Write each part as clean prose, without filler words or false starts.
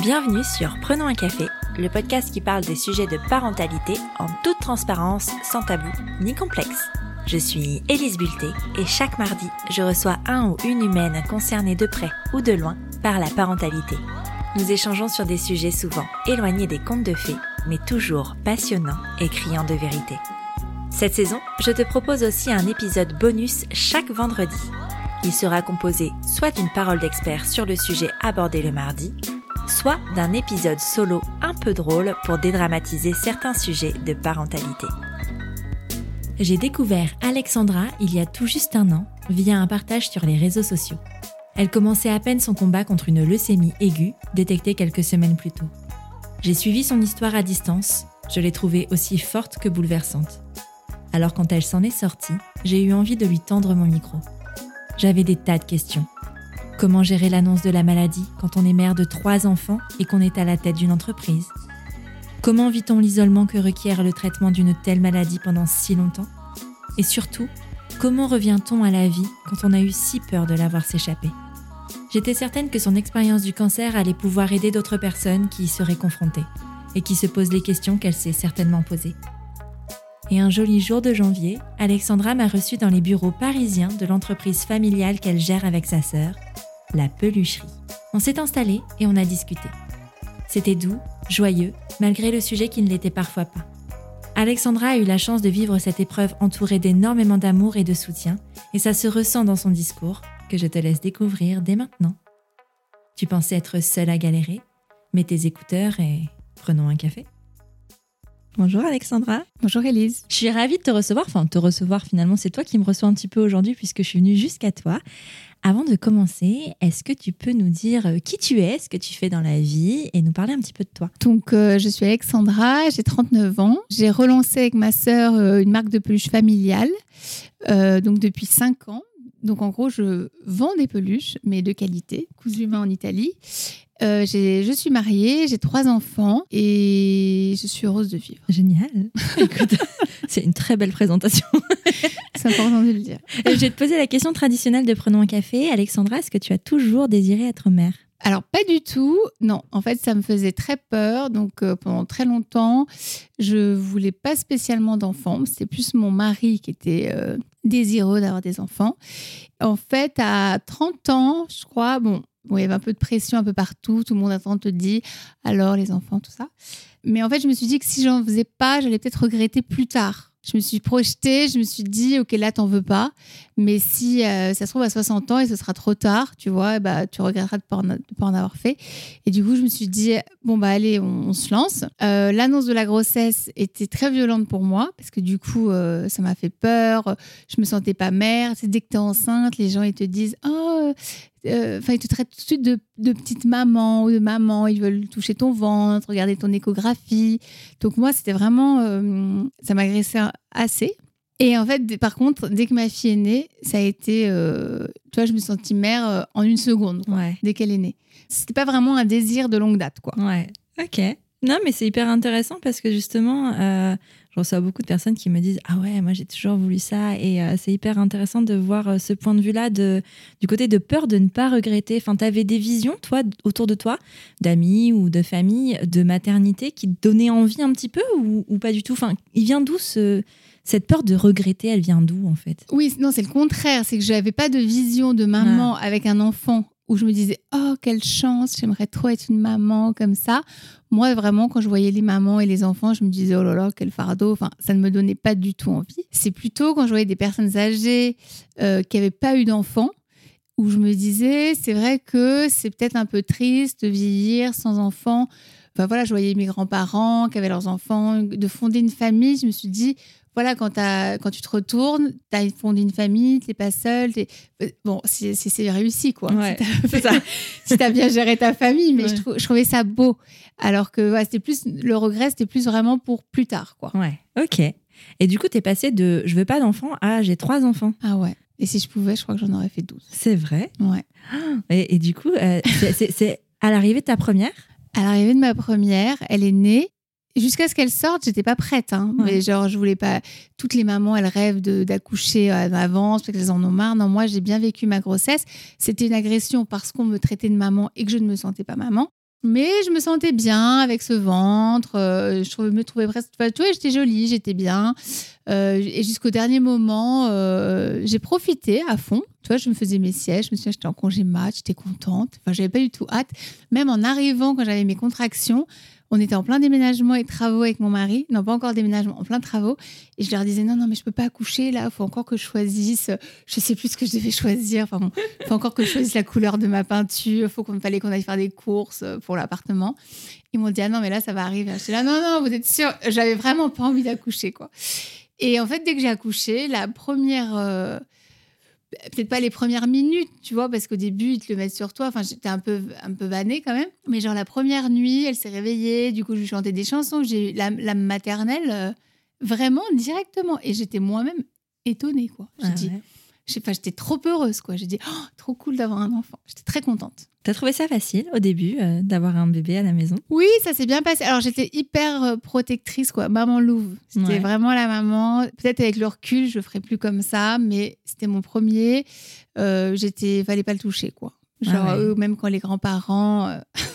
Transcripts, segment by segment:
Bienvenue sur Prenons un café, le podcast qui parle des sujets de parentalité en toute transparence, sans tabou ni complexe. Je suis Élise Bulté et chaque mardi, je reçois un ou une humaine concernée de près ou de loin par la parentalité. Nous échangeons sur des sujets souvent éloignés des contes de fées, mais toujours passionnants et criants de vérité. Cette saison, je te propose aussi un épisode bonus chaque vendredi. Il sera composé soit d'une parole d'expert sur le sujet abordé le mardi, soit d'un épisode solo un peu drôle pour dédramatiser certains sujets de parentalité. J'ai découvert Alexandra il y a tout juste un an via un partage sur les réseaux sociaux. Elle commençait à peine son combat contre une leucémie aiguë, détectée quelques semaines plus tôt. J'ai suivi son histoire à distance, je l'ai trouvée aussi forte que bouleversante. Alors quand elle s'en est sortie, j'ai eu envie de lui tendre mon micro. J'avais des tas de questions. Comment gérer l'annonce de la maladie quand on est mère de 3 enfants et qu'on est à la tête d'une entreprise ? Comment vit-on l'isolement que requiert le traitement d'une telle maladie pendant si longtemps ? Et surtout, comment revient-on à la vie quand on a eu si peur de la voir s'échapper ? J'étais certaine que son expérience du cancer allait pouvoir aider d'autres personnes qui y seraient confrontées et qui se posent les questions qu'elle s'est certainement posées. Et un joli jour de janvier, Alexandra m'a reçue dans les bureaux parisiens de l'entreprise familiale qu'elle gère avec sa sœur, la Pelucherie. On s'est installé et on a discuté. C'était doux, joyeux, malgré le sujet qui ne l'était parfois pas. Alexandra a eu la chance de vivre cette épreuve entourée d'énormément d'amour et de soutien, et ça se ressent dans son discours, que je te laisse découvrir dès maintenant. Tu pensais être seule à galérer ? Mets tes écouteurs et prenons un café. Bonjour Alexandra. Bonjour Élise. Je suis ravie de te recevoir, finalement c'est toi qui me reçois un petit peu aujourd'hui puisque je suis venue jusqu'à toi. Avant de commencer, est-ce que tu peux nous dire qui tu es, ce que tu fais dans la vie et nous parler un petit peu de toi ? Donc je suis Alexandra, j'ai 39 ans. J'ai relancé avec ma sœur une marque de peluches familiale donc depuis 5 ans. Donc en gros, je vends des peluches, mais de qualité, cousues main en Italie. Je suis mariée, j'ai 3 enfants et je suis heureuse de vivre. Génial. Écoute, c'est une très belle présentation. C'est important de le dire. Je vais te poser la question traditionnelle de Prenons un café. Alexandra, est-ce que tu as toujours désiré être mère ? Alors, pas du tout. Non, en fait, ça me faisait très peur. Donc, pendant très longtemps, je voulais pas spécialement d'enfants. C'était plus mon mari qui était désireux d'avoir des enfants. En fait, à 30 ans, je crois, il y avait un peu de pression un peu partout. Tout le monde attend, te dit, alors les enfants, tout ça. Mais en fait, je me suis dit que si j'en faisais pas, j'allais peut-être regretter plus tard. Je me suis projetée, je me suis dit, ok, là, t'en veux pas. Mais si ça se trouve à 60 ans et ce sera trop tard, tu vois, tu regretteras de pas en avoir fait. Et du coup, je me suis dit, allez, on se lance. L'annonce de la grossesse était très violente pour moi parce que du coup, ça m'a fait peur. Je me sentais pas mère. C'est dès que t'es enceinte, les gens, ils te disent, ils te traitent tout de suite de petite maman ou de maman, ils veulent toucher ton ventre, regarder ton échographie. Donc moi, c'était vraiment... ça m'agressait assez. Et en fait, par contre, dès que ma fille est née, ça a été... tu vois, je me suis sentie mère en une seconde, quoi, dès qu'elle est née. C'était pas vraiment un désir de longue date, quoi. Ouais, ok. Non, mais c'est hyper intéressant parce que justement... je reçois beaucoup de personnes qui me disent « Ah ouais, moi j'ai toujours voulu ça » et c'est hyper intéressant de voir ce point de vue-là du côté de peur de ne pas regretter. Enfin, tu avais des visions, toi, autour de toi, d'amis ou de famille, de maternité qui te donnaient envie un petit peu ou pas du tout ? Enfin, il vient d'où cette peur de regretter, elle vient d'où en fait ? Oui, non, c'est le contraire. C'est que je n'avais pas de vision de maman avec un enfant où je me disais « Oh, quelle chance, j'aimerais trop être une maman comme ça ». Moi, vraiment, quand je voyais les mamans et les enfants, je me disais « Oh là là, quel fardeau ». Enfin, ça ne me donnait pas du tout envie. C'est plutôt quand je voyais des personnes âgées qui n'avaient pas eu d'enfants où je me disais « C'est vrai que c'est peut-être un peu triste de vieillir sans enfants ». Enfin voilà, je voyais mes grands-parents qui avaient leurs enfants, de fonder une famille. Je me suis dit, voilà, quand tu te retournes, tu as fondé une famille, tu n'es pas seule. Bon, c'est réussi, quoi. Ouais, c'est ça. Si tu as bien géré ta famille, mais je trouvais ça beau. Alors que c'était plus, le regret, c'était plus vraiment pour plus tard, quoi. Ouais, ok. Et du coup, tu es passée de « je veux pas d'enfants » à « j'ai 3 enfants ». Ah ouais. Et si je pouvais, je crois que j'en aurais fait 12. C'est vrai ? Ouais. Et du coup, c'est à l'arrivée de ta première ? À l'arrivée de ma première, elle est née. Jusqu'à ce qu'elle sorte, j'étais pas prête. Ouais. Mais genre, je voulais pas... Toutes les mamans, elles rêvent d'accoucher à l'avance parce qu'elles en ont marre. Non, moi, j'ai bien vécu ma grossesse. C'était une agression parce qu'on me traitait de maman et que je ne me sentais pas maman. Mais je me sentais bien avec ce ventre. Je me trouvais presque... Enfin, tu vois, j'étais jolie, j'étais bien. Et jusqu'au dernier moment, j'ai profité à fond. Tu vois, je me faisais mes sièges. Je me souviens, j'étais en congé mat, j'étais contente. Enfin, j'avais pas du tout hâte. Même en arrivant, quand j'avais mes contractions, on était en plein déménagement et travaux avec mon mari. Non, pas encore déménagement, en plein travaux. Et je leur disais, non, mais je peux pas accoucher là. Il faut encore que je choisisse. Je sais plus ce que je devais choisir. Enfin bon, il faut encore que je choisisse la couleur de ma peinture. Fallait qu'on aille faire des courses pour l'appartement. Ils m'ont dit, ah non, mais là, ça va arriver. J'étais là, non, vous êtes sûrs? J'avais vraiment pas envie d'accoucher, quoi. Et en fait, dès que j'ai accouché, la première... peut-être pas les premières minutes, tu vois, parce qu'au début, ils te le mettent sur toi. Enfin, j'étais un peu vannée quand même. Mais genre, la première nuit, elle s'est réveillée. Du coup, je lui chantais des chansons. J'ai eu la maternelle vraiment directement. Et j'étais moi-même étonnée, quoi. J'étais trop heureuse, quoi. J'ai dit, oh, trop cool d'avoir un enfant. J'étais très contente. T'as trouvé ça facile au début d'avoir un bébé à la maison? Oui, ça s'est bien passé. Alors, j'étais hyper protectrice, quoi. Maman louve. C'était vraiment la maman. Peut-être avec le recul, je ne ferais plus comme ça, mais c'était mon premier. Fallait pas le toucher, quoi. Genre, même quand les grands-parents...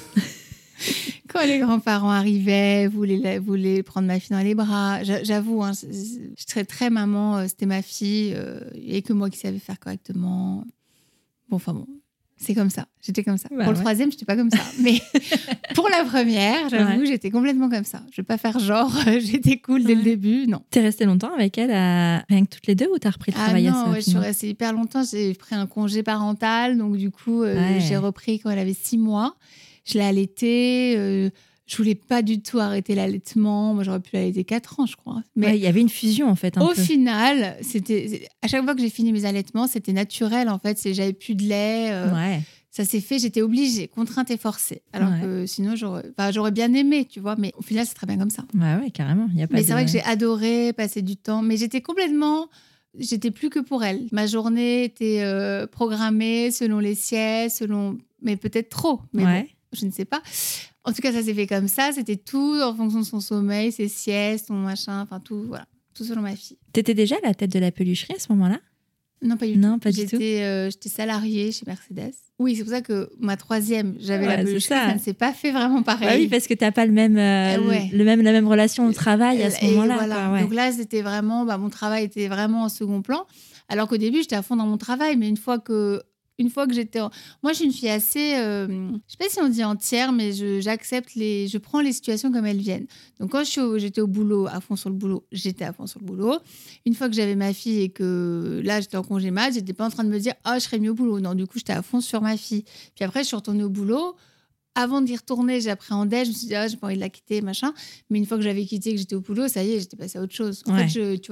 Quand les grands-parents arrivaient, voulaient prendre ma fille dans les bras. J'avoue, hein, je serais très maman, c'était ma fille, et que moi qui savais faire correctement. Bon, c'est comme ça. J'étais comme ça. Pour le troisième, je n'étais pas comme ça. Mais pour la première, j'avoue, j'étais complètement comme ça. Je ne vais pas faire genre, j'étais cool dès le début, non. T'es restée longtemps avec elle, rien que toutes les deux, ou t'as repris le travail non, je suis restée hyper longtemps. J'ai pris un congé parental, donc du coup, j'ai repris quand elle avait 6 mois. Je l'ai allaitée. Je voulais pas du tout arrêter l'allaitement. Moi, j'aurais pu l'allaiter 4 ans, je crois. Mais il y avait une fusion, en fait. Au final, à chaque fois que j'ai fini mes allaitements, c'était naturel, en fait. J'avais plus de lait. Ça s'est fait, j'étais obligée, contrainte et forcée. Alors que sinon, j'aurais bien aimé, tu vois. Mais au final, c'est très bien comme ça. Ouais, carrément. C'est vrai que j'ai adoré passer du temps. Mais j'étais plus que pour elle. Ma journée était programmée selon les siestes, mais peut-être trop. Mais bon, je ne sais pas. En tout cas, ça s'est fait comme ça. C'était tout en fonction de son sommeil, ses siestes, son machin, enfin tout, voilà. Tout selon ma fille. T'étais déjà à la tête de la pelucherie à ce moment-là? Non, pas du tout. J'étais salariée chez Mercedes. Oui, c'est pour ça que ma troisième, j'avais la pelucherie. Ça ne s'est pas fait vraiment pareil. Oui, parce que t'as pas la même relation au travail à ce moment-là. Voilà. Donc là, c'était vraiment, mon travail était vraiment en second plan. Alors qu'au début, j'étais à fond dans mon travail, mais une fois que j'étais... Moi, je suis une fille assez... je sais pas si on dit entière, mais je prends les situations comme elles viennent. Donc, quand j'étais au boulot, à fond sur le boulot, j'étais à fond sur le boulot. Une fois que j'avais ma fille et que là, j'étais en congé mat, j'étais pas en train de me dire « Ah, je serais mieux au boulot ». Non, du coup, j'étais à fond sur ma fille. Puis après, je suis retournée au boulot. Avant d'y retourner, j'appréhendais. Je me suis dit « Ah, j'ai pas envie de la quitter, machin ». Mais une fois que j'avais quitté, que j'étais au boulot, ça y est, j'étais passée à autre chose. En fait,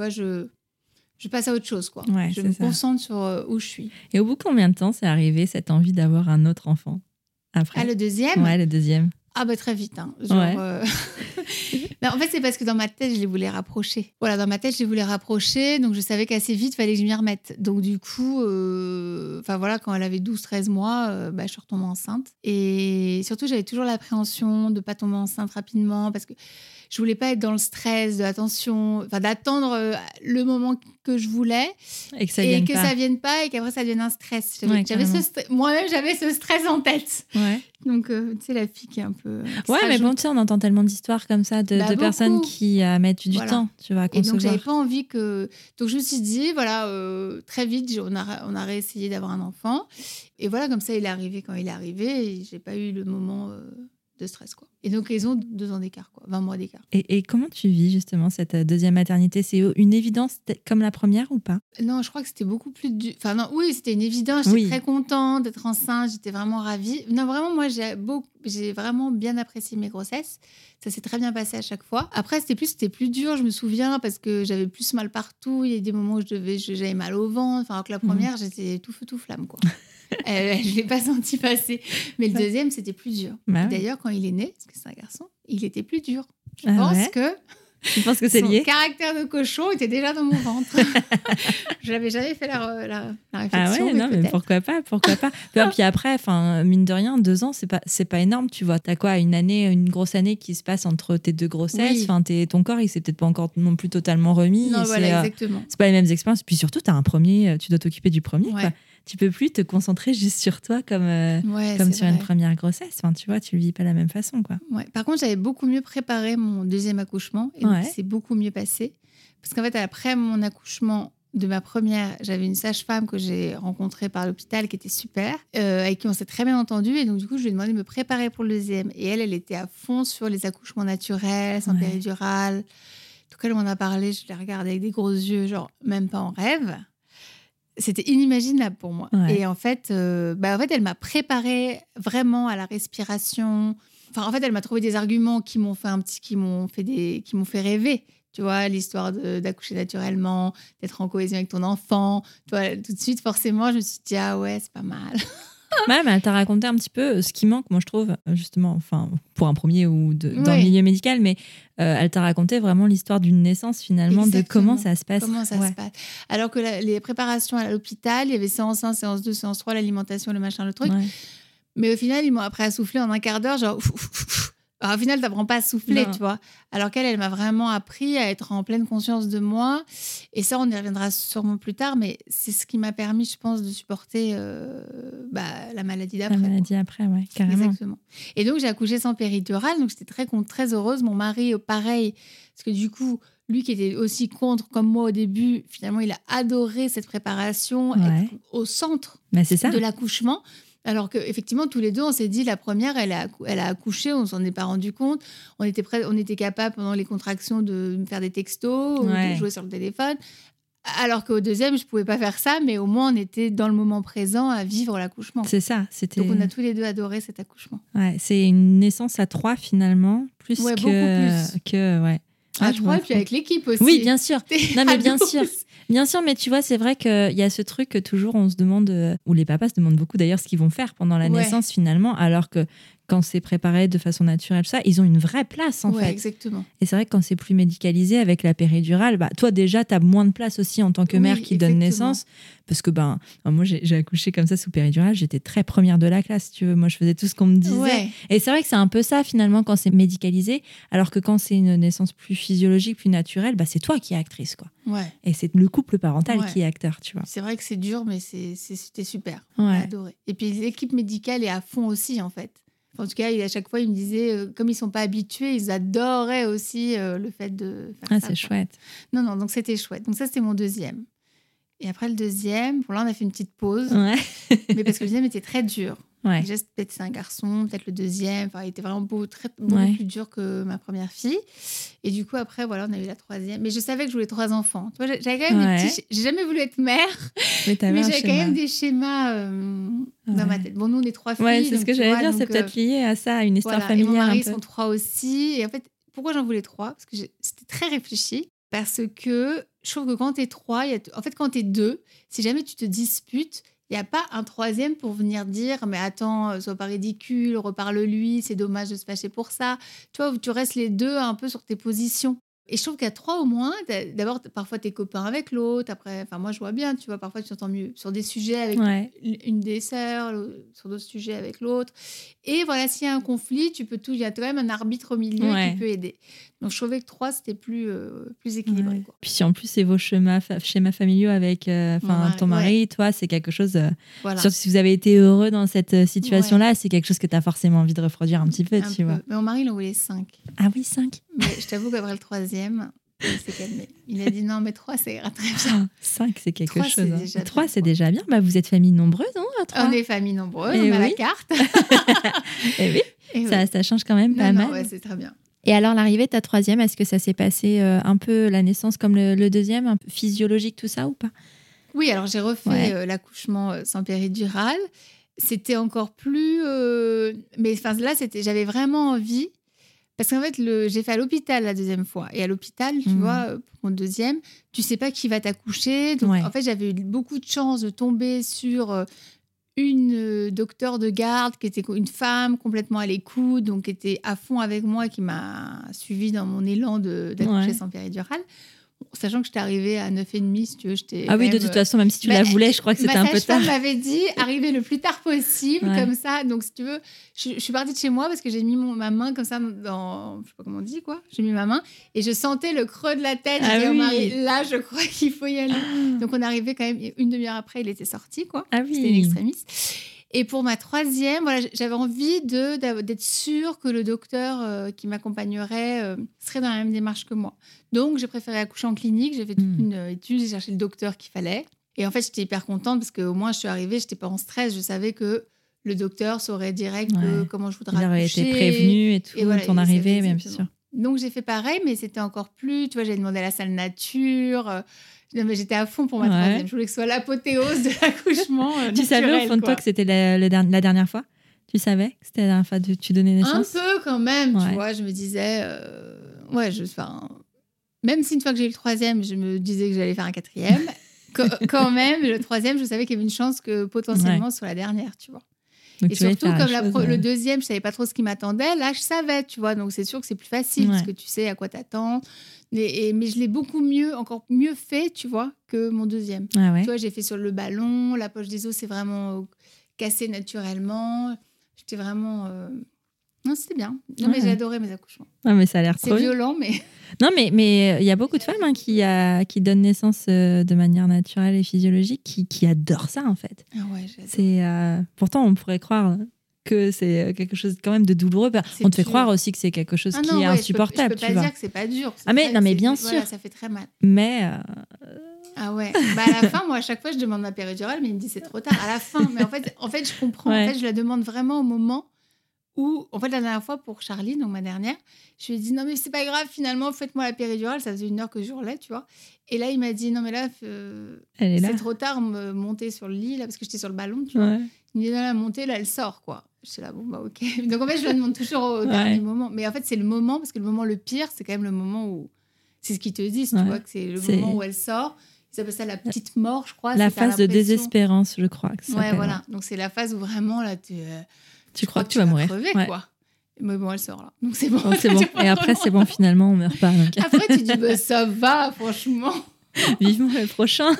je passe à autre chose, quoi. Je me concentre sur où je suis. Et au bout de combien de temps c'est arrivé cette envie d'avoir un autre enfant après? Ah, le deuxième? Ouais, le deuxième. Ah, très vite. Hein. En fait, c'est parce que dans ma tête, je les voulais rapprocher. Voilà, dans ma tête, je les voulais rapprocher. Donc, je savais qu'assez vite, il fallait que je m'y remette. Donc, du coup, quand elle avait 12-13 mois, je suis retombée enceinte. Et surtout, j'avais toujours l'appréhension de ne pas tomber enceinte rapidement parce que je voulais pas être dans le stress de l'attention, d'attendre le moment que je voulais et que ça vienne pas et qu'après ça devienne un stress. Moi-même, j'avais ce stress en tête. Ouais. Donc, tu sais, la fille qui est un peu... mais bon, tu sais, on entend tellement d'histoires comme ça de personnes qui mettent du temps, tu vois, à concevoir. Et donc, j'avais pas envie que... Donc, je me suis dit, très vite, on a réessayé d'avoir un enfant. Et voilà, comme ça, il est arrivé quand il est arrivé. Et j'ai pas eu le moment... de stress, quoi. Et donc, ils ont 2 ans d'écart, quoi, 20 mois d'écart. Et comment tu vis, justement, cette deuxième maternité? C'est une évidence comme la première ou pas? Non, je crois que c'était beaucoup plus dur. Enfin, non, oui, c'était une évidence. J'étais très contente d'être enceinte. J'étais vraiment ravie. Non, vraiment, moi, j'ai vraiment bien apprécié mes grossesses. Ça s'est très bien passé à chaque fois. Après, c'était plus dur, je me souviens, parce que j'avais plus mal partout. Il y a des moments où j'avais mal au ventre. Enfin, alors que la première, j'étais tout feu, tout flamme, quoi. Je ne l'ai pas senti passer. Mais le deuxième, c'était plus dur. D'ailleurs, quand il est né, parce que c'est un garçon, il était plus dur. Je pense que c'est lié. Son caractère de cochon était déjà dans mon ventre. Je n'avais jamais fait la réflexion. Ah ouais, mais pourquoi pas. Puis après, mine de rien, 2 ans, c'est pas énorme, tu vois. T'as quoi, une grosse année qui se passe entre tes 2 grossesses. Ton corps, il s'est peut-être pas encore non plus totalement remis. Non, voilà, exactement. C'est pas les mêmes expériences. Puis surtout, t'as un premier, tu dois t'occuper du premier. Ouais. Quoi. tu peux plus te concentrer juste sur toi comme sur une première grossesse. Enfin, tu vois, tu le vis pas de la même façon, quoi. Ouais. Par contre, j'avais beaucoup mieux préparé mon deuxième accouchement et donc c'est beaucoup mieux passé. Parce qu'en fait, après mon accouchement de ma première, j'avais une sage-femme que j'ai rencontrée par l'hôpital qui était super, avec qui on s'est très bien entendu. Et donc, du coup, je lui ai demandé de me préparer pour le deuxième. Et elle était à fond sur les accouchements naturels, sans péridurale. Donc, elle m'en a parlé, je l'ai regardée avec des gros yeux, genre même pas en rêve. C'était inimaginable pour moi. Ouais. Et en fait, elle m'a préparée vraiment à la respiration. Enfin, en fait, elle m'a trouvé des arguments qui m'ont fait rêver. Tu vois, l'histoire d'accoucher naturellement, d'être en cohésion avec ton enfant. Tu vois, tout de suite, forcément, je me suis dit, ah ouais, c'est pas mal. Ouais, mais elle t'a raconté un petit peu ce qui manque, moi, je trouve, justement, enfin, pour un premier ou dans le milieu médical, mais elle t'a raconté vraiment l'histoire d'une naissance, finalement. Exactement. De comment ça se passe. Comment ça se passe. Alors que les préparations à l'hôpital, il y avait séance 1, séance 2, séance 3, l'alimentation, le machin, le truc. Ouais. Mais au final, ils m'ont appris à souffler en un quart d'heure, genre... Alors, au final, tu n'apprends pas à souffler, tu vois. Alors elle m'a vraiment appris à être en pleine conscience de moi. Et ça, on y reviendra sûrement plus tard, mais c'est ce qui m'a permis, je pense, de supporter la maladie d'après. La maladie après, ouais, carrément. Exactement. Et donc, j'ai accouché sans péridurale, donc j'étais très heureuse. Mon mari, pareil, parce que du coup, lui qui était aussi contre, comme moi au début, finalement, il a adoré cette préparation, être au centre de l'accouchement. Alors qu'effectivement, tous les deux, on s'est dit, la première, elle a accouché, on ne s'en est pas rendu compte. On était capable, pendant les contractions, de faire des textos ou de jouer sur le téléphone. Alors qu'au deuxième, je ne pouvais pas faire ça, mais au moins, on était dans le moment présent à vivre l'accouchement. C'est ça. Donc, on a tous les deux adoré cet accouchement. Ouais, c'est une naissance à 3, finalement, beaucoup plus. À 3, et puis avec l'équipe aussi. Oui, bien sûr. Non, mais bien sûr. Bien sûr, mais tu vois, c'est vrai qu'il y a ce truc que toujours on se demande, ou les papas se demandent beaucoup d'ailleurs ce qu'ils vont faire pendant la naissance finalement, alors que quand c'est préparé de façon naturelle, ça, ils ont une vraie place en fait. Exactement. Et c'est vrai que quand c'est plus médicalisé avec la péridurale, toi déjà, tu as moins de place aussi en tant que mère qui donne naissance. Parce que moi, j'ai accouché comme ça sous péridurale, j'étais très première de la classe, si tu veux. Moi, je faisais tout ce qu'on me disait. Ouais. Et c'est vrai que c'est un peu ça finalement quand c'est médicalisé, alors que quand c'est une naissance plus physiologique, plus naturelle, c'est toi qui es actrice, quoi. Ouais. Et c'est le couple parental qui est acteur, tu vois. C'est vrai que c'est dur, mais c'était super. J'ai adoré. Et puis l'équipe médicale est à fond aussi, en fait. En tout cas, à chaque fois, ils me disaient, comme ils ne sont pas habitués, ils adoraient aussi le fait de faire ça. C'est chouette. Non, donc c'était chouette. Donc ça, c'était mon deuxième. Et après le deuxième, là, on a fait une petite pause. Ouais. Mais parce que le deuxième était très dur. Ouais. Déjà, peut-être c'est un garçon, peut-être le deuxième. Enfin, il était vraiment beaucoup plus dur que ma première fille. Et du coup, après, on a eu la troisième. Mais je savais que je voulais 3 enfants. Tu vois, j'avais quand même des petits... J'ai jamais voulu être mère, mais j'avais quand même des schémas dans ma tête. Bon, nous, on est 3 filles. Ouais, c'est ce que j'allais dire. C'est peut-être lié à ça, à une histoire familiale. Et mon mari, ils sont 3 aussi. Et en fait, pourquoi j'en voulais 3 ? Parce que c'était très réfléchi. Parce que je trouve que quand t'es 3, quand t'es 2, si jamais tu te disputes, il n'y a pas un troisième pour venir dire « Mais attends, sois pas ridicule, reparle-lui, c'est dommage de se fâcher pour ça. » Tu vois, tu restes les deux un peu sur tes positions. Et je trouve qu'à 3 au moins, d'abord, parfois t'es copain avec l'autre. Après, moi, je vois bien, tu vois, parfois tu t'entends mieux sur des sujets avec une des sœurs, sur d'autres sujets avec l'autre. Et voilà, s'il y a un conflit, il y a quand même un arbitre au milieu qui peut aider. Donc, je trouvais que 3, c'était plus équilibré. Quoi. Puis si en plus, c'est vos schémas familiaux avec ton mari, toi, c'est quelque chose... Surtout si vous avez été heureux dans cette situation-là, c'est quelque chose que tu as forcément envie de reproduire un petit peu, tu vois. Mais mon mari, il en voulait 5. Ah oui, 5. Mais je t'avoue qu'après le 3e, il s'est calmé. Il a dit non, mais 3, ça ira très bien. 5, c'est quelque 3, chose. C'est 3, c'est déjà bien. Vous êtes famille nombreuse, non, à 3 ? On est famille nombreuse, on a la carte. Et oui, ça change quand même pas mal. Ouais, c'est très bien. Et alors, l'arrivée de ta 3e, est-ce que ça s'est passé un peu la naissance comme le deuxième, un peu physiologique, tout ça, ou pas ? Oui, alors j'ai refait l'accouchement sans péridurale. C'était encore plus... Mais là, j'avais vraiment envie... Parce qu'en fait, j'ai fait à l'hôpital la 2e fois. Et à l'hôpital, tu vois, pour mon 2e, tu sais pas qui va t'accoucher. Donc, en fait, j'avais eu beaucoup de chance de tomber sur une docteure de garde qui était une femme complètement à l'écoute, donc qui était à fond avec moi, qui m'a suivie dans mon élan d'accoucher sans péridurale. Sachant que j'étais arrivée à 9h30, si tu veux. Ah oui, de toute façon, même si tu la voulais, je crois que c'était un peu tard. Ma sage-femme m'avait dit arriver le plus tard possible, comme ça. Donc, si tu veux, je suis partie de chez moi parce que j'ai mis ma main comme ça dans... Je sais pas comment on dit, quoi. J'ai mis ma main et je sentais le creux de la tête. J'ai dit au mari, là, je crois qu'il faut y aller. Donc, on arrivait quand même une demi-heure après, il était sorti, quoi. Ah oui. C'était une extrémiste. Et pour ma troisième, voilà, j'avais envie d'être sûre que le docteur qui m'accompagnerait serait dans la même démarche que moi. Donc, j'ai préféré accoucher en clinique. J'ai fait toute une étude, j'ai cherché le docteur qu'il fallait. Et en fait, j'étais hyper contente parce qu'au moins, je suis arrivée, je n'étais pas en stress. Je savais que le docteur saurait direct comment je voudrais accoucher. Il aurait été prévenu et tout, et voilà, ton arrivée, bien sûr. Donc, j'ai fait pareil, mais c'était encore plus... Tu vois, j'avais demandé à la salle nature... Non, mais j'étais à fond pour ma troisième. Je voulais que ce soit l'apothéose de l'accouchement. Tu savais au fond de toi que c'était la dernière fois? Tu savais que c'était la dernière fois que tu donnais naissance? Un peu quand même, tu vois. Je me disais... même si une fois que j'ai eu le troisième, je me disais que j'allais faire un quatrième, quand même, le troisième, je savais qu'il y avait une chance que potentiellement ce soit la dernière, tu vois. Donc, et surtout, comme le deuxième, je ne savais pas trop ce qui m'attendait. Là, je savais, tu vois. Donc, c'est sûr que c'est plus facile parce que tu sais à quoi t'attends. Mais je l'ai encore mieux fait, tu vois, que mon deuxième. Ah ouais. Tu vois, j'ai fait sur le ballon. La poche des os, c'est vraiment cassé naturellement. J'étais vraiment... Non, c'était bien. Non, mais j'ai adoré mes accouchements. Ah, mais ça a l'air trop... C'est violent, mais... Non, mais il y a beaucoup de femmes qui donnent naissance de manière naturelle et physiologique qui adorent ça, en fait. Ah ouais, j'adore. Pourtant, on pourrait croire que c'est quelque chose quand même de douloureux. On te fait croire aussi que c'est quelque chose qui est insupportable. Je peux pas dire que c'est pas dur. Mais bien sûr. Voilà, ça fait très mal. Mais... Ah ouais. À la fin, moi, à chaque fois, je demande ma péridurale, mais il me dit c'est trop tard. À la fin. Mais en fait, je comprends. En fait, je la demande vraiment au moment où... En fait, la dernière fois, pour Charlie, donc ma dernière, je lui ai dit non, mais c'est pas grave, finalement, faites-moi la péridurale. Ça faisait 1 heure que je hurlais, tu vois. Et là, il m'a dit non, mais là, c'est trop tard, me monter sur le lit, là, parce que j'étais sur le ballon, tu vois. Il me dit non, la montée, là, elle sort, quoi. Je suis là, bon, bah, ok. Donc, en fait, je la demande toujours au dernier moment. Mais en fait, c'est le moment, parce que le moment le pire, c'est quand même le moment où... C'est ce qu'ils te disent, tu vois, que c'est le moment où elle sort. Ils appellent ça la petite mort, je crois. La phase de désespérance, je crois. Que ça ouais, voilà. Donc, c'est la phase où vraiment, là, tu crois que tu vas mourir. Crever, quoi. Mais bon, elle sort, là. Donc, c'est bon. C'est bon. Et après, c'est bon, finalement, on meurt pas. Donc. Après, tu dis, bah, ça va, franchement. Vivement le prochain.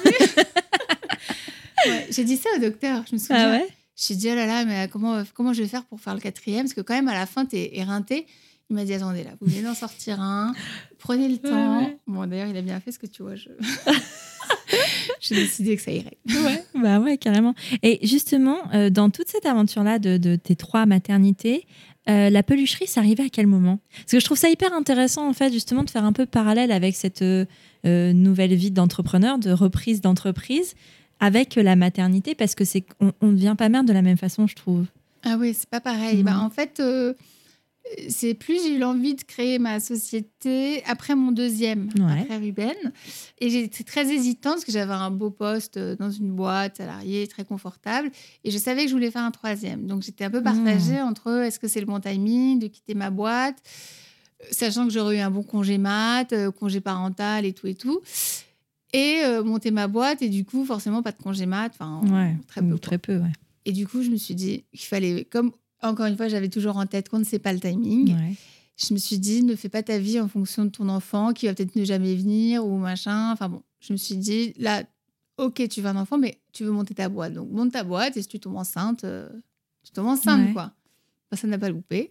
J'ai dit ça au docteur, je me souviens. Ah ouais? J'ai dit, oh là là, mais comment je vais faire pour faire le quatrième? Parce que quand même, à la fin, t'es éreinté. Il m'a dit, attendez, là, vous venez d'en sortir un. Prenez le temps. Ouais. Bon, d'ailleurs, il a bien fait ce que tu vois. J'ai décidé que ça irait. Ouais, carrément. Et justement, dans toute cette aventure-là de tes 3 maternités, la pelucherie, ça arrivait à quel moment? Parce que je trouve ça hyper intéressant, en fait, justement, de faire un peu parallèle avec cette nouvelle vie d'entrepreneur, de reprise d'entreprise, avec la maternité, parce que on ne devient pas mère de la même façon, je trouve. Ah oui, c'est pas pareil. En fait, c'est plus j'ai eu l'envie de créer ma société après mon deuxième, après Ruben. Et j'étais très hésitante parce que j'avais un beau poste dans une boîte salariée, très confortable. Et je savais que je voulais faire un troisième. Donc, j'étais un peu partagée entre est-ce que c'est le bon timing de quitter ma boîte, sachant que j'aurais eu un bon congé mat, congé parental et tout et tout. Et monter ma boîte et du coup, forcément, pas de congé mat. Très peu, ouais. Et du coup, je me suis dit qu'il fallait... Encore une fois, j'avais toujours en tête qu'on ne sait pas le timing. Ouais. Je me suis dit, ne fais pas ta vie en fonction de ton enfant qui va peut-être ne jamais venir ou machin. Enfin bon, je me suis dit, là, ok, tu veux un enfant, mais tu veux monter ta boîte. Donc, monte ta boîte et si tu tombes enceinte, quoi. Enfin, ça n'a pas loupé.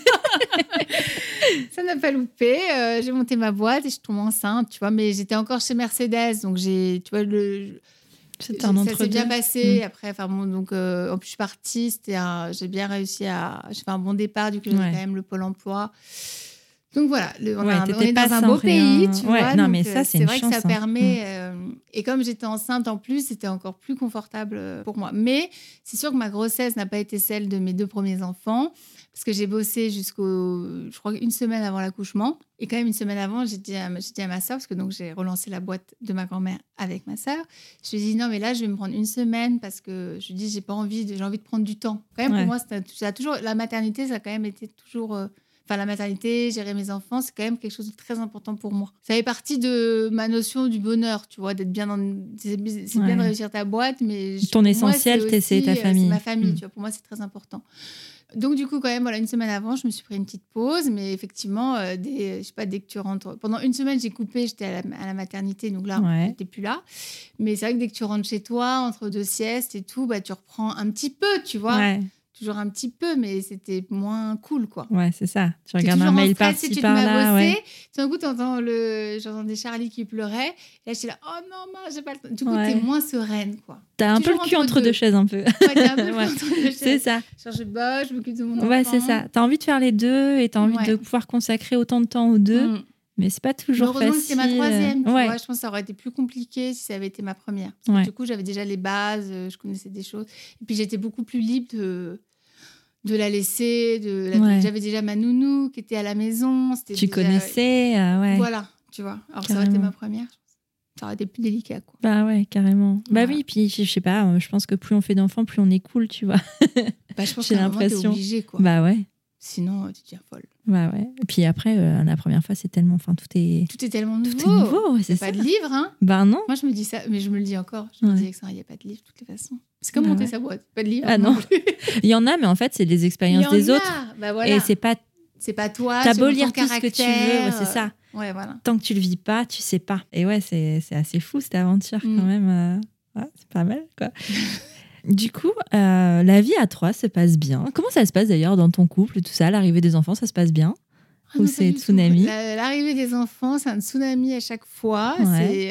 Ça n'a pas loupé. J'ai monté ma boîte et je tombe enceinte, tu vois. Mais j'étais encore chez Mercedes, donc tu vois, ça s'est bien passé. Après, donc, en plus, je suis partie. J'ai bien réussi j'ai fait un bon départ. Du coup, j'avais quand même le Pôle emploi. Donc voilà, on est dans un beau pays, tu vois. Non, donc, mais ça, c'est vrai que ça permet. Et comme j'étais enceinte en plus, c'était encore plus confortable pour moi. Mais c'est sûr que ma grossesse n'a pas été celle de mes 2 premiers enfants. Parce que j'ai bossé je crois, 1 semaine avant l'accouchement. Et quand même, 1 semaine avant, j'ai dit à ma sœur, parce que donc, j'ai relancé la boîte de ma grand-mère avec ma sœur. Je lui ai dit, non, mais là, je vais me prendre 1 semaine parce que je lui ai dit, j'ai envie de prendre du temps. Quand même, pour moi, la maternité, ça a quand même été toujours... la maternité, gérer mes enfants, c'est quand même quelque chose de très important pour moi. Ça fait partie de ma notion du bonheur, tu vois, d'être bien c'est bien de réussir ta boîte, mais... Ton essentiel, c'est ta famille. C'est ma famille, tu vois, pour moi, c'est très important. Donc, du coup, quand même, voilà, une semaine avant, je me suis pris une petite pause. Mais effectivement, je sais pas, dès que tu rentres... Pendant une semaine, j'ai coupé, j'étais à la maternité. Donc là, Ouais. j'étais plus là. Mais c'est vrai que dès que tu rentres chez toi, entre 2 siestes et tout, bah, tu reprends un petit peu, tu vois. Ouais. Toujours un petit peu, mais c'était moins cool, quoi. Ouais, c'est ça. Tu T'es regardes un toujours en mail stress, par-ci, si tu te par-là. m'as bossé. Ouais. Tout d'un coup, j'entendais Charlie qui pleurait. Et là, j'étais là, oh non, mince, j'ai pas le temps. Du coup, Ouais. t'es moins sereine, quoi. T'as un peu Toujours le cul entre entre deux deux. chaises, un peu. Ouais, t'es un peu Ouais. entre deux chaises. C'est ça. Genre, je bosse, je m'occupe de mon enfant. Ouais, c'est ça. T'as envie de faire les deux et t'as envie Ouais. de pouvoir consacrer autant de temps aux deux, Mm. mais c'est pas Mais toujours heureusement que facile. c'était ma troisième, tu Ouais. vois. Je pense que ça aurait été plus compliqué si ça avait été ma première. Parce que Ouais. du coup, j'avais déjà les bases, je connaissais des choses. Et puis, j'étais beaucoup plus libre de la laisser. Ouais. J'avais déjà ma nounou qui était à la maison. Tu déjà... connaissais, ouais. Voilà, tu vois. Alors que ça aurait été Carrément. ma première, ça aurait été plus délicat, quoi. Bah ouais, carrément. Bah Voilà. oui, puis je sais pas, je pense que plus on fait d'enfants, plus on est cool, tu vois. Bah, je pense J'ai qu'à un moment, t'es l'impression. obligé, quoi. Bah ouais. Sinon, tu deviens folle. Bah ouais. Et puis après, la première fois, c'est tellement... Enfin, tout est Tout est tellement nouveau. tout est nouveau, ouais, Il c'est n'y a ça. pas de livre, hein. Bah non. Moi, je me dis ça, mais je me le dis encore. Je me Ouais. dis, Alexandra, il n'y a pas de livre, de toutes les façons. C'est comme Ah monter ouais. sa boîte. Pas de livre. Ah non. plus. Il y en a, mais en fait, c'est des Il y expériences en des a. autres. Bah, voilà. Et c'est pas... C'est pas toi. T'as c'est beau ton lire tout ce que tu veux, ouais, caractère, c'est ça. Ouais, voilà. Tant que tu le vis pas, tu sais pas. Et ouais, c'est assez fou cette aventure quand même. Ouais, c'est pas mal, quoi. Du coup, la vie à 3 se passe bien. Comment ça se passe d'ailleurs dans ton couple, tout ça, l'arrivée des enfants, ça se passe bien? Ah Ou non, pas c'est du tout. tsunami? L'arrivée des enfants, c'est un tsunami à chaque fois. Ouais.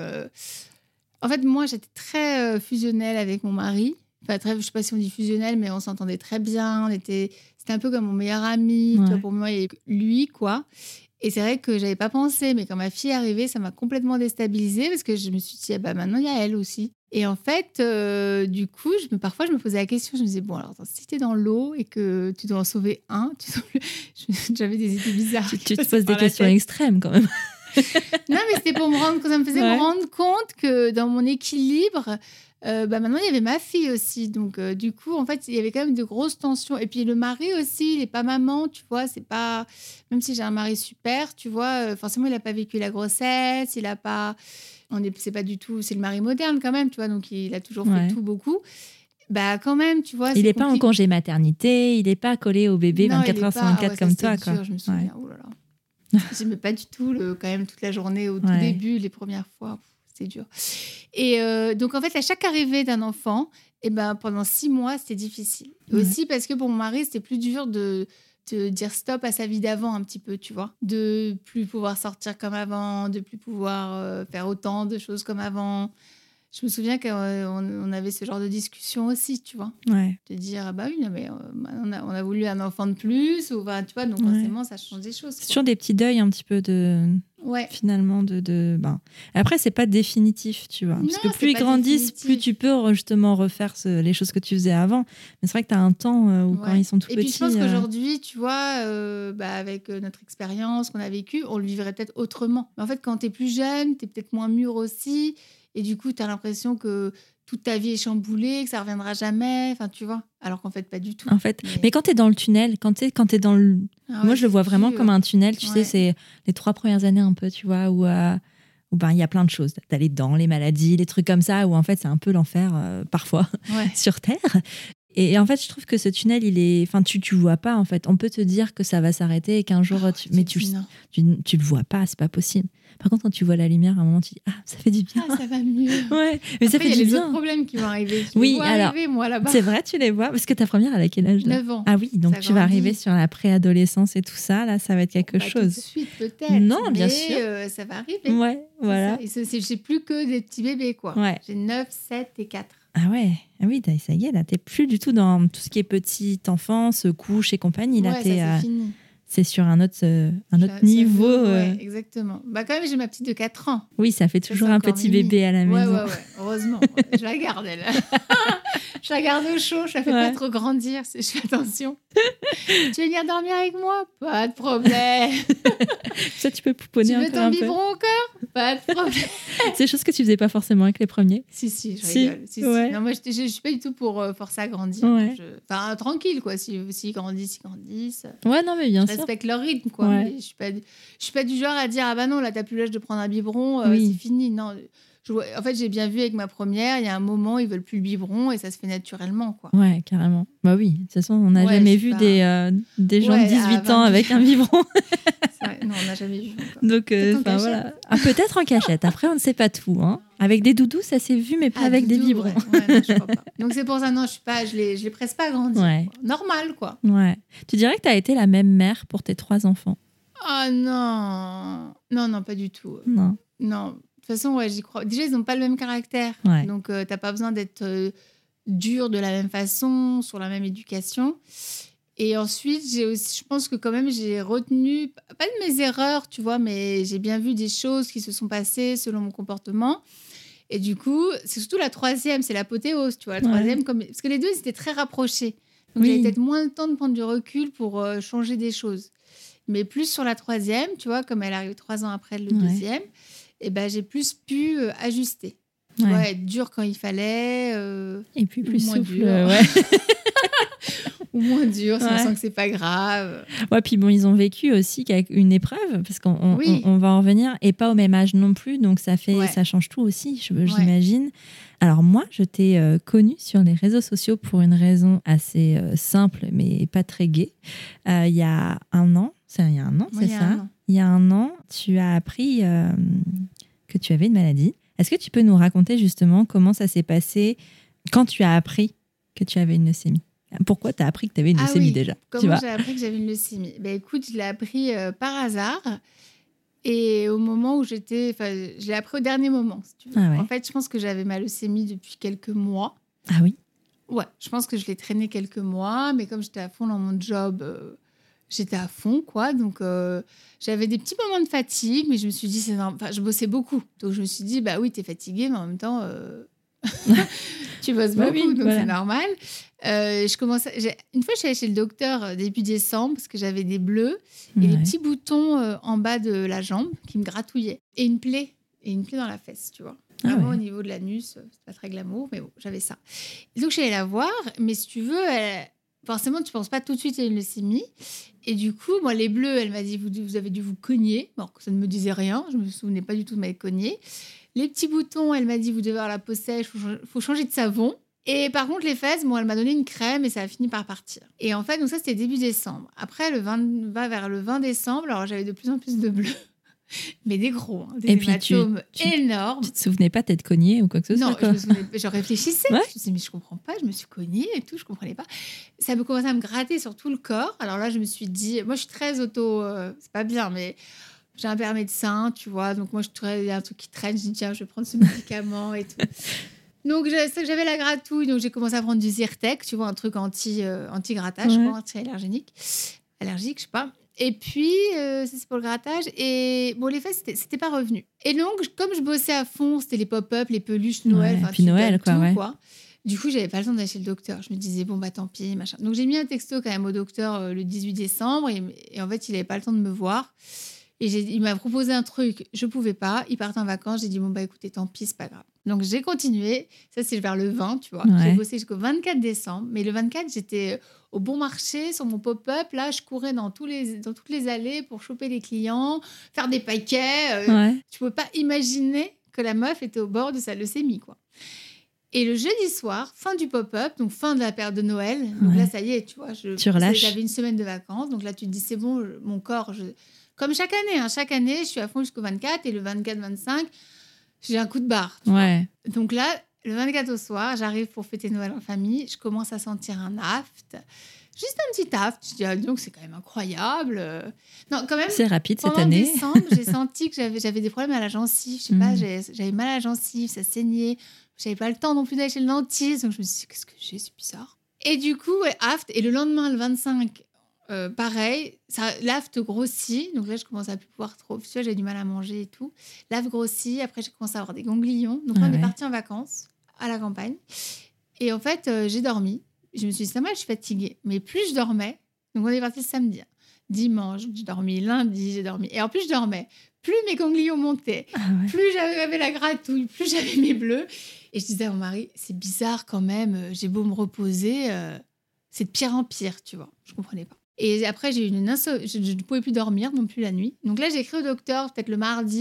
En fait, moi, j'étais très fusionnelle avec mon mari. Enfin, je sais pas si on dit fusionnelle, mais on s'entendait très bien. C'était un peu comme mon meilleur ami. Ouais. Tu vois, pour moi, il y avait lui, quoi. Et c'est vrai que j'avais pas pensé, mais quand ma fille est arrivée, ça m'a complètement déstabilisée parce que je me suis dit, ah bah maintenant, il y a elle aussi. Et en fait, du coup, parfois, je me posais la question, je me disais, bon, alors, attends, si t'es dans l'eau et que tu dois en sauver un, j'avais des idées bizarres. Tu te poses des questions extrêmes quand même. Non, mais c'était pour ça me faisait me rendre compte que dans mon équilibre, maintenant, il y avait ma fille aussi. Donc, du coup, en fait, il y avait quand même de grosses tensions. Et puis, le mari aussi, il n'est pas maman, tu vois. C'est pas... Même si j'ai un mari super, tu vois, forcément, il n'a pas vécu la grossesse. Il n'a pas... C'est pas du tout... C'est le mari moderne quand même, tu vois. Donc, il a toujours fait tout beaucoup. Bah, quand même, tu vois. Il n'est pas en congé maternité. Il n'est pas collé au bébé 24 heures sur 24 comme toi, quoi. Dur, je me souviens. Oh là là. J'aimais pas du tout, quand même, toute la journée au tout début, les premières fois. C'est dur. Et donc, en fait, à chaque arrivée d'un enfant, pendant 6 mois, c'était difficile. Aussi parce que pour mon mari, c'était plus dur de dire stop à sa vie d'avant un petit peu, tu vois. De plus pouvoir sortir comme avant, de plus pouvoir faire autant de choses comme avant. Je me souviens qu'on avait ce genre de discussion aussi, tu vois. Ouais. De dire, ah bah oui, non, mais on a voulu un enfant de plus, ou, tu vois, donc forcément, ça change des choses. C'est toujours des petits deuils un petit peu finalement, Après, c'est pas définitif, tu vois. Parce que plus ils grandissent, plus tu peux justement refaire les choses que tu faisais avant. Mais c'est vrai que tu as un temps où quand ils sont tout petits... Et puis, je pense qu'aujourd'hui, tu vois, avec notre expérience qu'on a vécue, on le vivrait peut-être autrement. Mais en fait, quand tu es plus jeune, tu es peut-être moins mûr aussi. Et du coup, tu as l'impression que toute ta vie est chamboulée, que ça ne reviendra jamais. Enfin, tu vois. Alors qu'en fait, pas du tout. En fait, mais quand tu es dans le tunnel, quand tu es dans le... Moi, je le vois vraiment comme un tunnel. Tu sais, c'est les 3 premières années un peu, tu vois, où il y a plein de choses. Tu as les dents, les maladies, les trucs comme ça, où en fait, c'est un peu l'enfer parfois sur Terre. Et en fait, je trouve que ce tunnel, il est... Enfin, tu vois pas, en fait. On peut te dire que ça va s'arrêter et qu'un jour... mais tu le vois pas, c'est pas possible. Par contre, quand tu vois la lumière, à un moment, tu dis « Ah, ça fait du bien. » Ah, ça va mieux. Ouais, mais ça fait du bien. Il y a les autres problèmes qui vont arriver. Je les vois arriver, moi, là-bas. C'est vrai, tu les vois. Parce que ta première, elle a quel âge? 9 ans. Ah oui, donc tu vas arriver sur la préadolescence et tout ça. Là, ça va être quelque chose. Tout de suite, peut-être. Non, bien sûr. Ça va arriver. Ouais, voilà. J'ai plus que des petits bébés, quoi. Ouais. J'ai 9, 7 et 4. Ah ouais, ah oui, ça y est, là, t'es plus du tout dans tout ce qui est petite enfance, couche et compagnie. Là, c'est fini. C'est sur un autre niveau. Ouais, exactement. Bah, quand même, j'ai ma petite de 4 ans. Oui, ça fait toujours un petit bébé à la maison. Ouais. Heureusement. Je la garde, elle. Je la garde au chaud, je la fais pas trop grandir. Je fais attention. Tu veux venir dormir avec moi? Pas de problème. Ça, tu peux pouponner encore un peu. Tu veux ton biberon encore? Pas de problème. C'est des choses que tu faisais pas forcément avec les premiers. Si, je rigole. Si. Non, moi, je suis pas du tout pour forcer à grandir. Ouais. Enfin, tranquille, quoi. S'ils grandissent, ils grandissent. Ouais, non, mais bien sûr. Je respecte leur rythme, quoi. Ouais. Mais je suis pas du genre à dire, ah bah non, là, t'as plus l'âge de prendre un biberon, c'est fini. Non, En fait, j'ai bien vu avec ma première, il y a un moment, ils veulent plus le biberon et ça se fait naturellement, quoi. Ouais, carrément. Bah oui, de toute façon, on n'a Ouais, jamais je vu sais pas. des gens Ouais, de 18 à ans 22. avec un biberon. C'est vrai. Non, on n'a jamais vu encore. Donc, Peut-être en cachette. voilà. Ah, peut-être en cachette. Après, on ne sait pas tout. Hein. Avec des doudous, ça s'est vu, mais pas avec des doudou, biberons. Ouais, non, je crois pas. Donc, c'est pour ça, non, je les presse pas grandir. Ouais. Quoi. Normal, quoi. Ouais. Tu dirais que tu as été la même mère pour tes 3 enfants? Ah non. Non, pas du tout. Non. Non. De toute façon, ouais, j'y crois. Déjà, ils n'ont pas le même caractère. Ouais. Donc, t'as pas besoin d'être dur de la même façon, sur la même éducation. Et ensuite, je pense que quand même, j'ai retenu, pas de mes erreurs, tu vois, mais j'ai bien vu des choses qui se sont passées selon mon comportement. Et du coup, c'est surtout la troisième, c'est l'apothéose, tu vois. La troisième, parce que les deux, ils étaient très rapprochés. Donc, j'avais peut-être moins le temps de prendre du recul pour changer des choses. Mais plus sur la troisième, tu vois, comme elle arrive 3 ans après le deuxième, et ben, j'ai plus pu ajuster. Tu vois, être dur quand il fallait. Et puis plus moins souple. dur. Ouais. Ou moins dur, si on sent que c'est pas grave. Ouais, puis bon, ils ont vécu aussi qu'avec une épreuve, parce qu'on on va en revenir, et pas au même âge non plus, donc ça change tout aussi, j'imagine. Alors moi, je t'ai connue sur les réseaux sociaux pour une raison assez simple, mais pas très gaie. Il y a un an, il y a un an, tu as appris que tu avais une maladie. Est-ce que tu peux nous raconter justement comment ça s'est passé quand tu as appris que tu avais une leucémie? Pourquoi tu as appris que tu avais une leucémie déjà? Comment j'ai appris que j'avais une leucémie? Écoute, je l'ai appris par hasard. Et au moment où je l'ai appris au dernier moment. Si tu veux. Ah ouais. En fait, je pense que j'avais ma leucémie depuis quelques mois. Ah oui? Ouais, je pense que je l'ai traînée quelques mois. Mais comme j'étais à fond dans mon job, j'étais à fond, quoi. Donc, j'avais des petits moments de fatigue. Mais je me suis dit, c'est normal. Enfin, je bossais beaucoup. Donc, je me suis dit, bah oui, t'es fatiguée, mais en même temps... tu bosses beaucoup, donc c'est normal. Une fois, je suis allée chez le docteur début décembre parce que j'avais des bleus et des petits boutons en bas de la jambe qui me gratouillaient. Et une plaie dans la fesse, tu vois. Vraiment au niveau de l'anus, c'est pas très glamour, mais bon, j'avais ça. Et donc, je suis allée la voir, mais si tu veux, forcément, tu penses pas tout de suite à une leucémie. Et du coup, moi, les bleus, elle m'a dit, vous avez dû vous cogner. Bon, ça ne me disait rien, je me souvenais pas du tout de m'être cognée. Les petits boutons, elle m'a dit, vous devez avoir la peau sèche, faut changer de savon. Et par contre, les fesses, bon, elle m'a donné une crème et ça a fini par partir. Et en fait, donc ça, c'était début décembre. Après, vers le 20 décembre, alors j'avais de plus en plus de bleus. Mais des gros, des hématomes énormes. Tu te souvenais pas t'être cognée ou quoi que ce soit? Non, je réfléchissais. Je me disais, mais je comprends pas, je me suis cognée et tout, je comprenais pas. Ça me commençait à me gratter sur tout le corps. Alors là, je me suis dit, moi, je suis très c'est pas bien, mais... J'ai un père médecin, tu vois, donc moi, il y a un truc qui traîne, je dis, tiens, je vais prendre ce médicament et tout. Donc, j'avais la gratouille, donc j'ai commencé à prendre du Zyrtec, tu vois, un truc anti-grattage, anti-allergique, je sais pas. Et puis, ça, c'est pour le grattage. Et bon, les fesses, c'était pas revenu. Et donc, comme je bossais à fond, c'était les pop-up, les peluches Noël, puis Noël, quoi. Du coup, j'avais pas le temps d'aller chez le docteur. Je me disais, bon, bah tant pis, machin. Donc, j'ai mis un texto quand même au docteur le 18 décembre, et en fait, il avait pas le temps de me voir. Et il m'a proposé un truc, je pouvais pas. Il partait en vacances, j'ai dit, bon, bah écoutez, tant pis, c'est pas grave. Donc, j'ai continué. Ça, c'est vers le 20, tu vois. J'ai bossé jusqu'au 24 décembre. Mais le 24, j'étais au bon marché, sur mon pop-up. Là, je courais dans toutes les allées pour choper les clients, faire des paquets. Tu pouvais pas imaginer que la meuf était au bord de sa leucémie, quoi. Et le jeudi soir, fin du pop-up, donc fin de la période de Noël. Donc là, ça y est, tu vois. Tu relâches. J'avais une semaine de vacances. Donc là, tu te dis, c'est bon, mon corps... Comme chaque année, je suis à fond jusqu'au 24 et le 24-25, j'ai un coup de barre. Donc là, le 24 au soir, j'arrive pour fêter Noël en famille, je commence à sentir un aft. Juste un petit aft. Je dis, ah, donc c'est quand même incroyable. Non, quand même. C'est rapide cette année. En décembre, j'ai senti que j'avais des problèmes à la gencive. Je sais pas, j'avais mal à la gencive, ça saignait. J'avais pas le temps non plus d'aller chez le dentiste. Donc je me suis dit, qu'est-ce que j'ai, c'est bizarre. Et du coup, aft. Et le lendemain, le 25, pareil, l'aft grossit. Donc là, je commence à plus pouvoir trop. Tu vois, j'ai du mal à manger et tout. L'aft grossit. Après, j'ai commencé à avoir des ganglions. Donc là, on est parti en vacances à la campagne. Et en fait, j'ai dormi. Je me suis dit, c'est normal, je suis fatiguée. Mais plus je dormais, donc on est parti le samedi. Dimanche, j'ai dormi. Lundi, j'ai dormi. Et en plus, je dormais. Plus mes ganglions montaient, plus j'avais la gratouille, plus j'avais mes bleus. Et je disais à mon mari, c'est bizarre quand même, j'ai beau me reposer, c'est de pire en pire, tu vois. Je ne comprenais pas. Et après, j'ai eu je ne pouvais plus dormir non plus la nuit. Donc là, j'ai écrit au docteur, peut-être le mardi,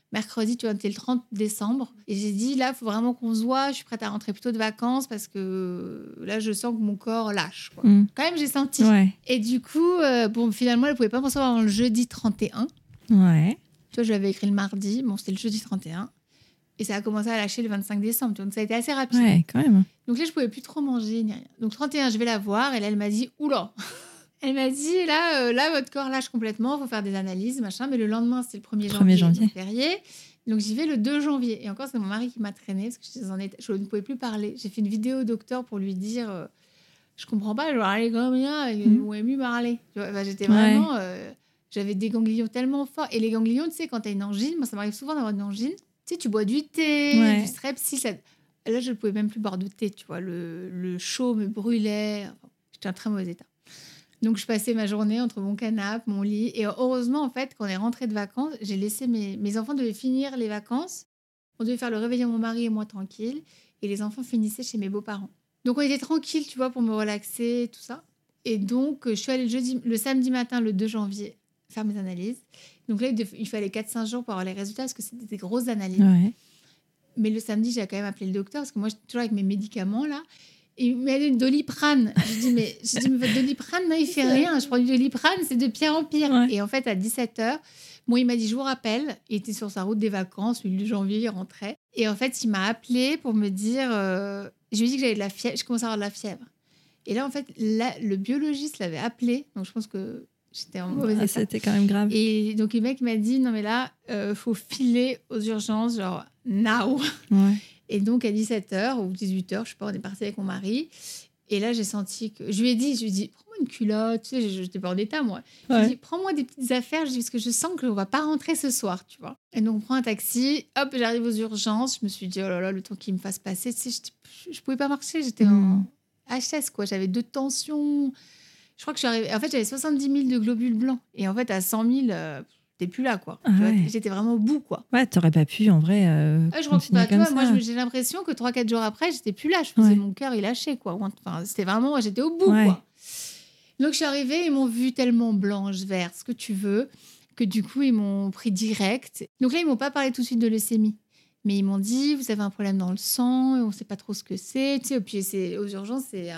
mercredi, tu vois, c'était le 30 décembre. Et j'ai dit, là, il faut vraiment qu'on se voit. Je suis prête à rentrer plus tôt de vacances parce que là, je sens que mon corps lâche, quoi. Quand même, j'ai senti. Ouais. Et du coup, finalement, elle ne pouvait pas m'en savoir avant le jeudi 31. Ouais. Tu vois, je l'avais écrit le mardi. Bon, c'était le jeudi 31. Et ça a commencé à lâcher le 25 décembre. Donc, ça a été assez rapide. Ouais, quand même. Donc là, je ne pouvais plus trop manger ni rien. Donc, 31, je vais la voir. Et là, elle m'a dit, oula. Elle m'a dit, là, votre corps lâche complètement. Il faut faire des analyses, machin. Mais le lendemain, c'était le 1er janvier. Donc, férié. Donc, j'y vais le 2 janvier. Et encore, c'est mon mari qui m'a traînée parce que je ne pouvais plus parler. J'ai fait une vidéo au docteur pour lui dire, je ne comprends pas, je vais aller comme rien. Il m'a mieux parler. Tu vois, j'étais vraiment... j'avais des ganglions tellement forts. Et les ganglions, tu sais, quand tu as une angine, moi, ça m'arrive souvent d'avoir une angine. Tu sais, tu bois du thé, du Strepsil. Là, je ne pouvais même plus boire de thé, tu vois. Le chaud me brûlait. Enfin, j'étais en très mauvais état. Donc, je passais ma journée entre mon canapé, mon lit. Et heureusement, en fait, quand on est rentré de vacances, j'ai laissé mes enfants devaient finir les vacances. On devait faire le réveillon, mon mari et moi, tranquille. Et les enfants finissaient chez mes beaux-parents. Donc, on était tranquille, tu vois, pour me relaxer, tout ça. Et donc, je suis allée le samedi matin, le 2 janvier, faire mes analyses. Donc là, il fallait 4-5 jours pour avoir les résultats parce que c'était des grosses analyses. Ouais. Mais le samedi, j'ai quand même appelé le docteur parce que moi, j'étais toujours avec mes médicaments, là. Et il m'a donné une Doliprane. J'ai dit, mais votre Doliprane, non, il fait rien. Je prends du Doliprane, c'est de pire en pire. Ouais. Et en fait, à 17h, il m'a dit, je vous rappelle. Il était sur sa route des vacances, le 8 janvier, il rentrait. Et en fait, il m'a appelé pour me dire... je lui ai dit que j'avais de la fièvre. Je commençais à avoir de la fièvre. Et là, en fait, le biologiste l'avait appelé. Donc, je pense que j'étais en mauvais état. C'était quand même grave. Et donc, le mec m'a dit, non, mais là, faut filer aux urgences, genre, now. Ouais. Et donc, à 17h ou 18h, je sais pas, on est parti avec mon mari. Et là, j'ai senti que... Je lui ai dit, prends-moi une culotte. Tu sais, je n'étais pas en état, moi. Je lui ai dit, prends-moi des petites affaires. Je dis, parce que je sens qu'on ne va pas rentrer ce soir, tu vois. Et donc, on prend un taxi. Hop, j'arrive aux urgences. Je me suis dit, oh là là, le temps qu'il me fasse passer. Tu sais, je ne pouvais pas marcher. J'étais en HS, quoi. J'avais 2 tensions. Je crois que je suis arrivée... En fait, j'avais 70 000 de globules blancs. Et en fait, à 100 000... t'es plus là, quoi. J'étais vraiment au bout, quoi. Ouais, t'aurais pas pu, en vrai, je continuer comme ça. Moi, j'ai l'impression que 3-4 jours après, j'étais plus là. Je faisais mon cœur, il lâchait, quoi. Enfin, c'était vraiment... J'étais au bout, quoi. Donc, je suis arrivée, ils m'ont vue tellement blanche, verte, ce que tu veux, que du coup, ils m'ont pris direct. Donc là, ils m'ont pas parlé tout de suite de leucémie. Mais ils m'ont dit, vous avez un problème dans le sang, on sait pas trop ce que c'est. Tu sais, et puis, aux urgences, c'est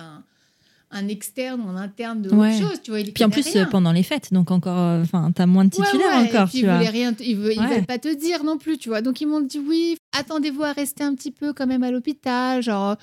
un externe ou un interne de autre chose, tu vois. Puis en plus, pendant les fêtes, donc encore, t'as moins de titulaires encore, et puis tu vois. Ils veulent pas te dire non plus, tu vois. Donc, ils m'ont dit, oui, attendez-vous à rester un petit peu quand même à l'hôpital, genre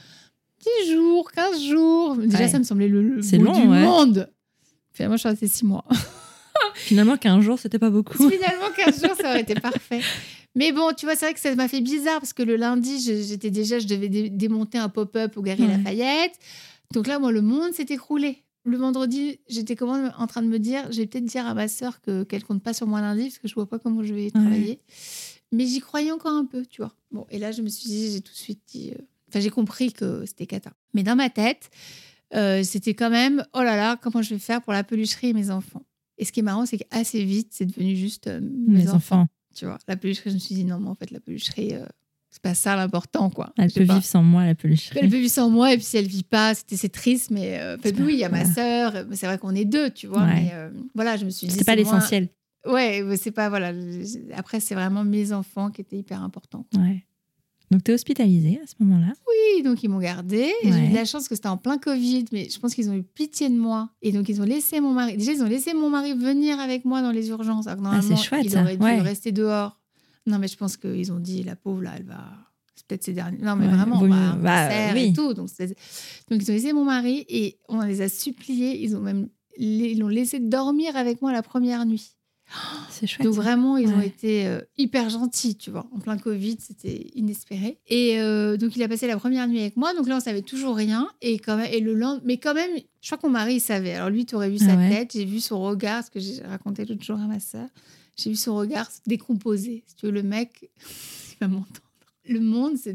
10 jours, 15 jours. Déjà, ça me semblait le bout du monde. Finalement, je suis restée 6 mois. Finalement, 15 jours, c'était pas beaucoup. Finalement, 15 jours, ça aurait été parfait. Mais bon, tu vois, c'est vrai que ça m'a fait bizarre parce que le lundi, je devais démonter un pop-up au Galeries Lafayette. Donc là, moi, le monde s'est écroulé. Le vendredi, j'étais en train de me dire, je vais peut-être dire à ma sœur qu'elle compte pas sur moi lundi parce que je vois pas comment je vais travailler. Mais j'y croyais encore un peu, tu vois. Bon, et là, je me suis dit, j'ai tout de suite dit... j'ai compris que c'était cata. Mais dans ma tête, c'était quand même, oh là là, comment je vais faire pour la pelucherie et mes enfants. Et ce qui est marrant, c'est qu'assez vite, c'est devenu juste mes enfants. Tu vois, la pelucherie, je me suis dit, non, mais en fait, la pelucherie... c'est pas ça l'important, quoi. Elle peut vivre sans moi, la pelucherie. Elle peut vivre sans moi, et puis si elle vit pas, c'est triste, mais oui, il y a ma sœur, mais c'est vrai qu'on est 2, tu vois. Mais voilà, je me suis dit. C'est pas l'essentiel. Ouais, c'est pas, voilà. Après, c'est vraiment mes enfants qui étaient hyper importants. Ouais. Donc, t'es hospitalisée à ce moment-là? Oui, donc ils m'ont gardée. Et j'ai eu de la chance que c'était en plein Covid, mais je pense qu'ils ont eu pitié de moi. Et donc, ils ont laissé mon mari. Déjà, ils ont laissé mon mari venir avec moi dans les urgences. Alors que normalement, c'est chouette, il aurait dû rester dehors. Non, mais je pense qu'ils ont dit, la pauvre, là, elle va... C'est peut-être ces derniers... Non, mais vraiment, un cancer et tout. Donc, ils ont laissé mon mari et on les a suppliés. Ils l'ont laissé dormir avec moi la première nuit. C'est chouette. Donc, vraiment, ils ont été hyper gentils, tu vois. En plein Covid, c'était inespéré. Et donc, il a passé la première nuit avec moi. Donc là, on savait toujours rien. Mais quand même, je crois que mon mari, il savait. Alors lui, tu aurais vu sa tête. J'ai vu son regard, ce que j'ai raconté l'autre jour à ma sœur. J'ai vu son regard se décomposer. Si tu veux, le mec, il va m'entendre. Le monde s'est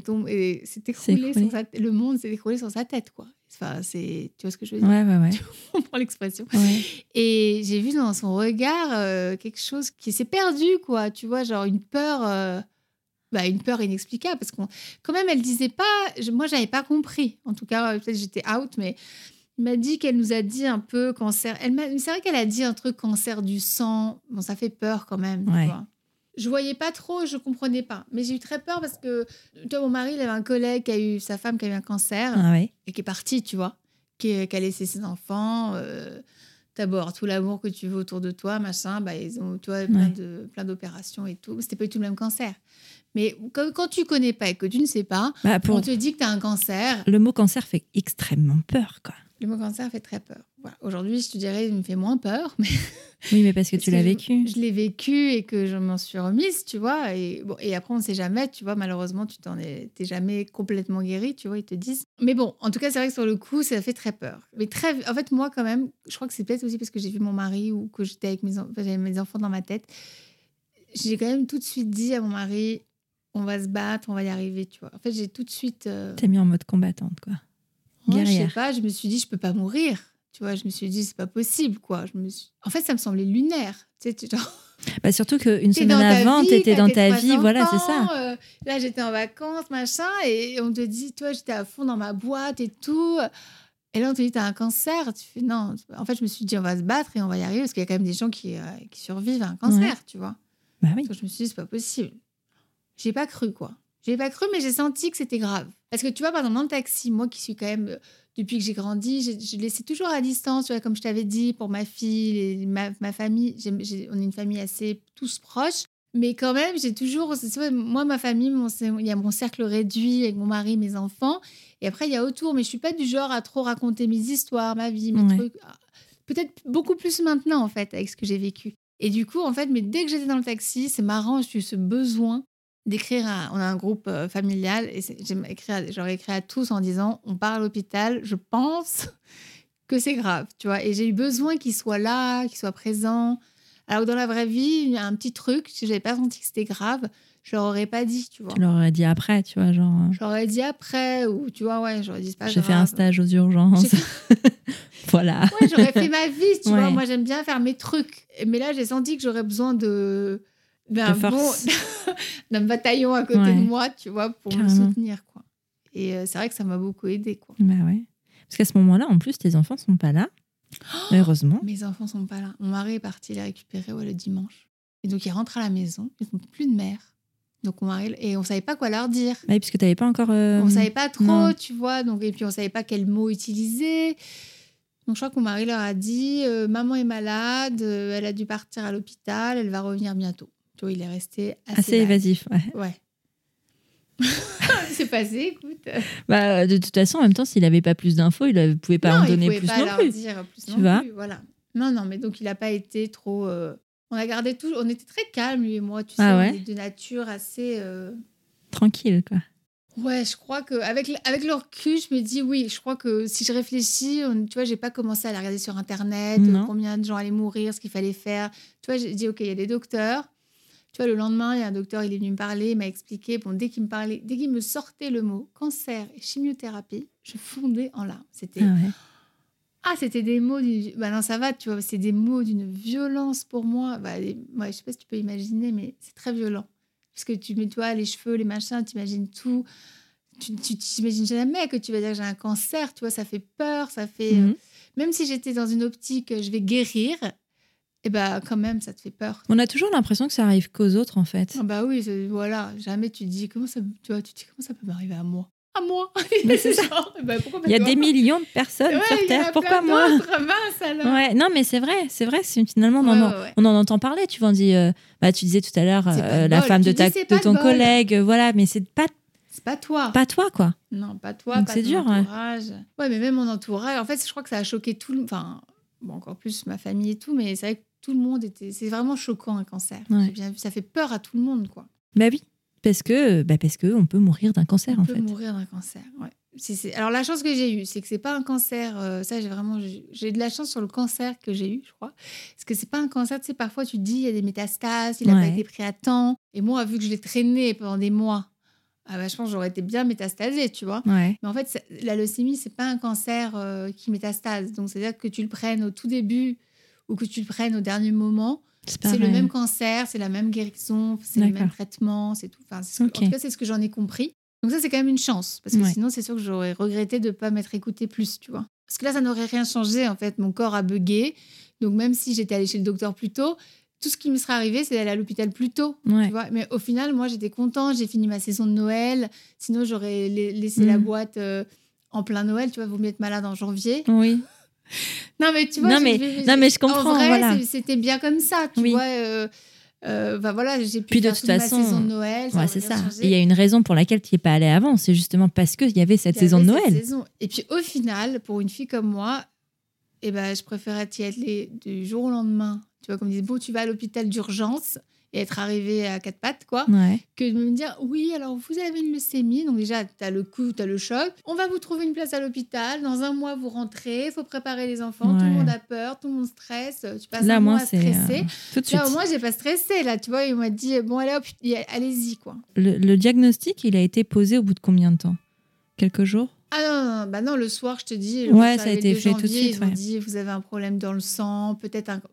écroulé sur sa tête. Le monde s'est écroulé sur sa tête, quoi. Enfin, tu vois ce que je veux dire? Ouais. On prend l'expression. Ouais. Et j'ai vu dans son regard quelque chose qui s'est perdu, quoi. Tu vois, genre une peur inexplicable. Parce que quand même, elle disait pas... Moi, j'avais pas compris. En tout cas, peut-être j'étais out, mais... Il m'a dit qu'elle nous a dit un peu cancer. C'est vrai qu'elle a dit un truc cancer du sang. Bon, ça fait peur quand même. Tu vois. je voyais pas trop, je comprenais pas. Mais j'ai eu très peur parce que, toi, mon mari, il avait un collègue sa femme qui a eu un cancer Ah ouais. et qui est partie, tu vois, qui a laissé ses enfants. D'abord, tout l'amour que tu veux autour de toi, machin, bah, ils ont, tu vois, plein d'opérations et tout. C'était pas du tout le même cancer. Mais quand tu connais pas et que tu ne sais pas, on te dit que tu as un cancer. Le mot cancer fait extrêmement peur, quoi. Le mot cancer fait très peur. Voilà. Aujourd'hui, je te dirais, il me fait moins peur. Mais oui, mais parce que tu l'as vécu. Je l'ai vécu et que je m'en suis remise, tu vois. Et après, on ne sait jamais, tu vois. Malheureusement, tu t'es jamais complètement guéri, tu vois, ils te disent. Mais bon, en tout cas, c'est vrai que sur le coup, ça fait très peur. Mais en fait, moi, quand même, je crois que c'est peut-être aussi parce que j'ai vu mon mari ou que j'étais avec j'avais mes enfants dans ma tête. J'ai quand même tout de suite dit à mon mari, on va se battre, on va y arriver, tu vois. En fait, j'ai tout de suite... T'es mis en mode combattante, quoi. Moi, je sais pas, je me suis dit, je peux pas mourir. Tu vois, je me suis dit, c'est pas possible, quoi. En fait, ça me semblait lunaire. Tu sais, genre... Bah, surtout qu'une semaine avant, t'étais dans ta vie, voilà, c'est ça. Là, j'étais en vacances, machin, et on te dit, toi, j'étais à fond dans ma boîte et tout. Et là, on te dit, t'as un cancer. Tu fais, non. En fait, je me suis dit, on va se battre et on va y arriver, parce qu'il y a quand même des gens qui survivent à un cancer, tu vois. Bah oui. Donc, je me suis dit, c'est pas possible. J'ai pas cru, quoi. J'ai pas cru, mais j'ai senti que c'était grave. Parce que tu vois, par exemple, dans le taxi, moi qui suis quand même, depuis que j'ai grandi, je laissais toujours à distance, tu vois, comme je t'avais dit, pour ma fille, ma famille. On est une famille assez tous proches. Mais quand même, j'ai toujours... Moi, ma famille, il y a mon cercle réduit avec mon mari, mes enfants. Et après, il y a autour. Mais je suis pas du genre à trop raconter mes histoires, ma vie, mes trucs. Peut-être beaucoup plus maintenant, en fait, avec ce que j'ai vécu. Et du coup, en fait, mais dès que j'étais dans le taxi, c'est marrant, j'ai eu ce besoin d'écrire on a un groupe familial et j'aurais écrit à tous en disant on part à l'hôpital, je pense que c'est grave, tu vois, et j'ai eu besoin qu'il soit là, qu'il soit présent, alors que dans la vraie vie il y a un petit truc, si j'avais pas senti que c'était grave, je leur aurais pas dit, tu vois. Tu leur aurais dit après, tu vois, genre j'aurais dit après, ou tu vois, ouais, j'aurais dit c'est pas grave. J'ai fait un stage aux urgences. Voilà. Ouais, j'aurais fait ma vie, tu vois, moi j'aime bien faire mes trucs, mais là j'ai senti que j'aurais besoin d'un bataillon à côté de moi, tu vois, pour me soutenir, quoi. Et c'est vrai que ça m'a beaucoup aidée, quoi. Bah ouais. Parce qu'à ce moment-là, en plus, tes enfants sont pas là. Heureusement. Mes enfants sont pas là. Mon mari est parti les récupérer le dimanche. Et donc, ils rentrent à la maison. Ils n'ont plus de mère. Donc, et on savait pas quoi leur dire. Oui, puisque tu n'avais pas encore... On savait pas trop, tu vois. Donc, et puis, on savait pas quel mot utiliser. Donc, je crois que mon mari leur a dit maman est malade, elle a dû partir à l'hôpital, elle va revenir bientôt. Tu vois, il est resté assez évasif. Ouais. C'est passé, écoute. Bah, de toute façon, en même temps, s'il n'avait pas plus d'infos, il ne pouvait pas en donner plus non plus. Il ne pouvait pas leur dire plus non plus, voilà. Non, mais donc il n'a pas été trop... On a gardé tout... On était très calmes, lui et moi, tu sais, on est de nature assez... Tranquille, quoi. Ouais, je crois qu'avec le recul, je me dis oui, je crois que si je réfléchis, tu vois, j'ai pas commencé à la regarder sur Internet, combien de gens allaient mourir, ce qu'il fallait faire. Tu vois, j'ai dit, OK, il y a des docteurs. Tu vois, le lendemain, il y a un docteur, il est venu me parler, il m'a expliqué. Bon, dès qu'il me sortait le mot cancer et chimiothérapie, je fondais en larmes. C'était... c'était des mots... non, ça va, tu vois, c'est des mots d'une violence pour moi. Je sais pas si tu peux imaginer, mais c'est très violent. Parce que tu mets, toi, les cheveux, les machins, t'imagines tout. Tu t'imagines jamais que tu vas dire que j'ai un cancer, tu vois, ça fait peur, ça fait... même si j'étais dans une optique, je vais guérir... Et quand même, ça te fait peur. On a toujours l'impression que ça arrive qu'aux autres, en fait. Ah oui, voilà. Jamais tu te dis, comment ça peut m'arriver à moi ? À moi. Mais c'est ça. Il y a des millions de personnes sur Terre. Pourquoi moi ? Mince, alors. Ouais, non, mais c'est vrai. C'est finalement, on en entend parler. Tu disais tout à l'heure, la femme de ton collègue, voilà, mais c'est pas toi. Pas toi, quoi. Non, pas toi, donc pas c'est ton dur, entourage. Ouais, mais même mon entourage. En fait, je crois que ça a choqué tout le... Enfin, encore plus ma famille et tout, mais c'est vrai que tout le monde c'est vraiment choquant, un cancer. J'ai bien vu, ça fait peur à tout le monde, quoi. Bah oui, parce que on peut mourir d'un cancer, en fait. On peut mourir d'un cancer, ouais. Alors la chance que j'ai eue, c'est que c'est pas un cancer. Ça, j'ai de la chance sur le cancer que j'ai eu, je crois, parce que c'est pas un cancer. Tu sais, parfois tu te dis il y a des métastases, il a pas été pris à temps. Et moi, vu que je l'ai traîné pendant des mois, je pense que j'aurais été bien métastasée, tu vois. Ouais. Mais en fait, la leucémie, c'est pas un cancer qui métastase. Donc, c'est-à-dire que tu le prennes au tout début ou que tu le prennes au dernier moment, c'est le même cancer, c'est la même guérison, c'est le même traitement, c'est tout. Enfin, en tout cas, c'est ce que j'en ai compris. Donc ça, c'est quand même une chance. Parce que sinon, c'est sûr que j'aurais regretté de ne pas m'être écoutée plus, tu vois. Parce que là, ça n'aurait rien changé, en fait. Mon corps a bugué. Donc, même si j'étais allée chez le docteur plus tôt, tout ce qui me serait arrivé, c'est d'aller à l'hôpital plus tôt. Ouais. Tu vois. Mais au final, moi, j'étais contente. J'ai fini ma saison de Noël. Sinon, j'aurais laissé la boîte en plein Noël. Tu vois, vaut mieux être malade en janvier. Oui. Non, mais tu vois, non, mais je comprends. En vrai, voilà. c'était bien comme ça. Tu vois, voilà, j'ai pu Puis de faire toute toute façon, ma saison de Noël. Ouais, c'est ça. Et il y a une raison pour laquelle tu n'y es pas allée avant. C'est justement parce qu'il y avait cette saison de Noël. Et puis au final, pour une fille comme moi, je préférais y aller du jour au lendemain. Tu vois, comme ils disent, bon, tu vas à l'hôpital d'urgence et être arrivé à quatre pattes, quoi. Ouais. Que de me dire, oui, alors vous avez une leucémie. Donc déjà, tu as le coup, tu as le choc. On va vous trouver une place à l'hôpital. Dans 1 mois, vous rentrez. Il faut préparer les enfants. Ouais. Tout le monde a peur. Tout le monde stresse. Tu passes là, 1 moi, mois à stresser. Tout de suite. Là, au moins, j'ai pas stressé. Là, tu vois, il m'a dit, bon, allez, hop, allez-y, quoi. Le diagnostic, il a été posé au bout de combien de temps ? Quelques jours ? Ah non, le soir, je te dis. Ouais, ça a été fait tout de suite. Ils ont dit, vous avez un problème dans le sang, peut-être un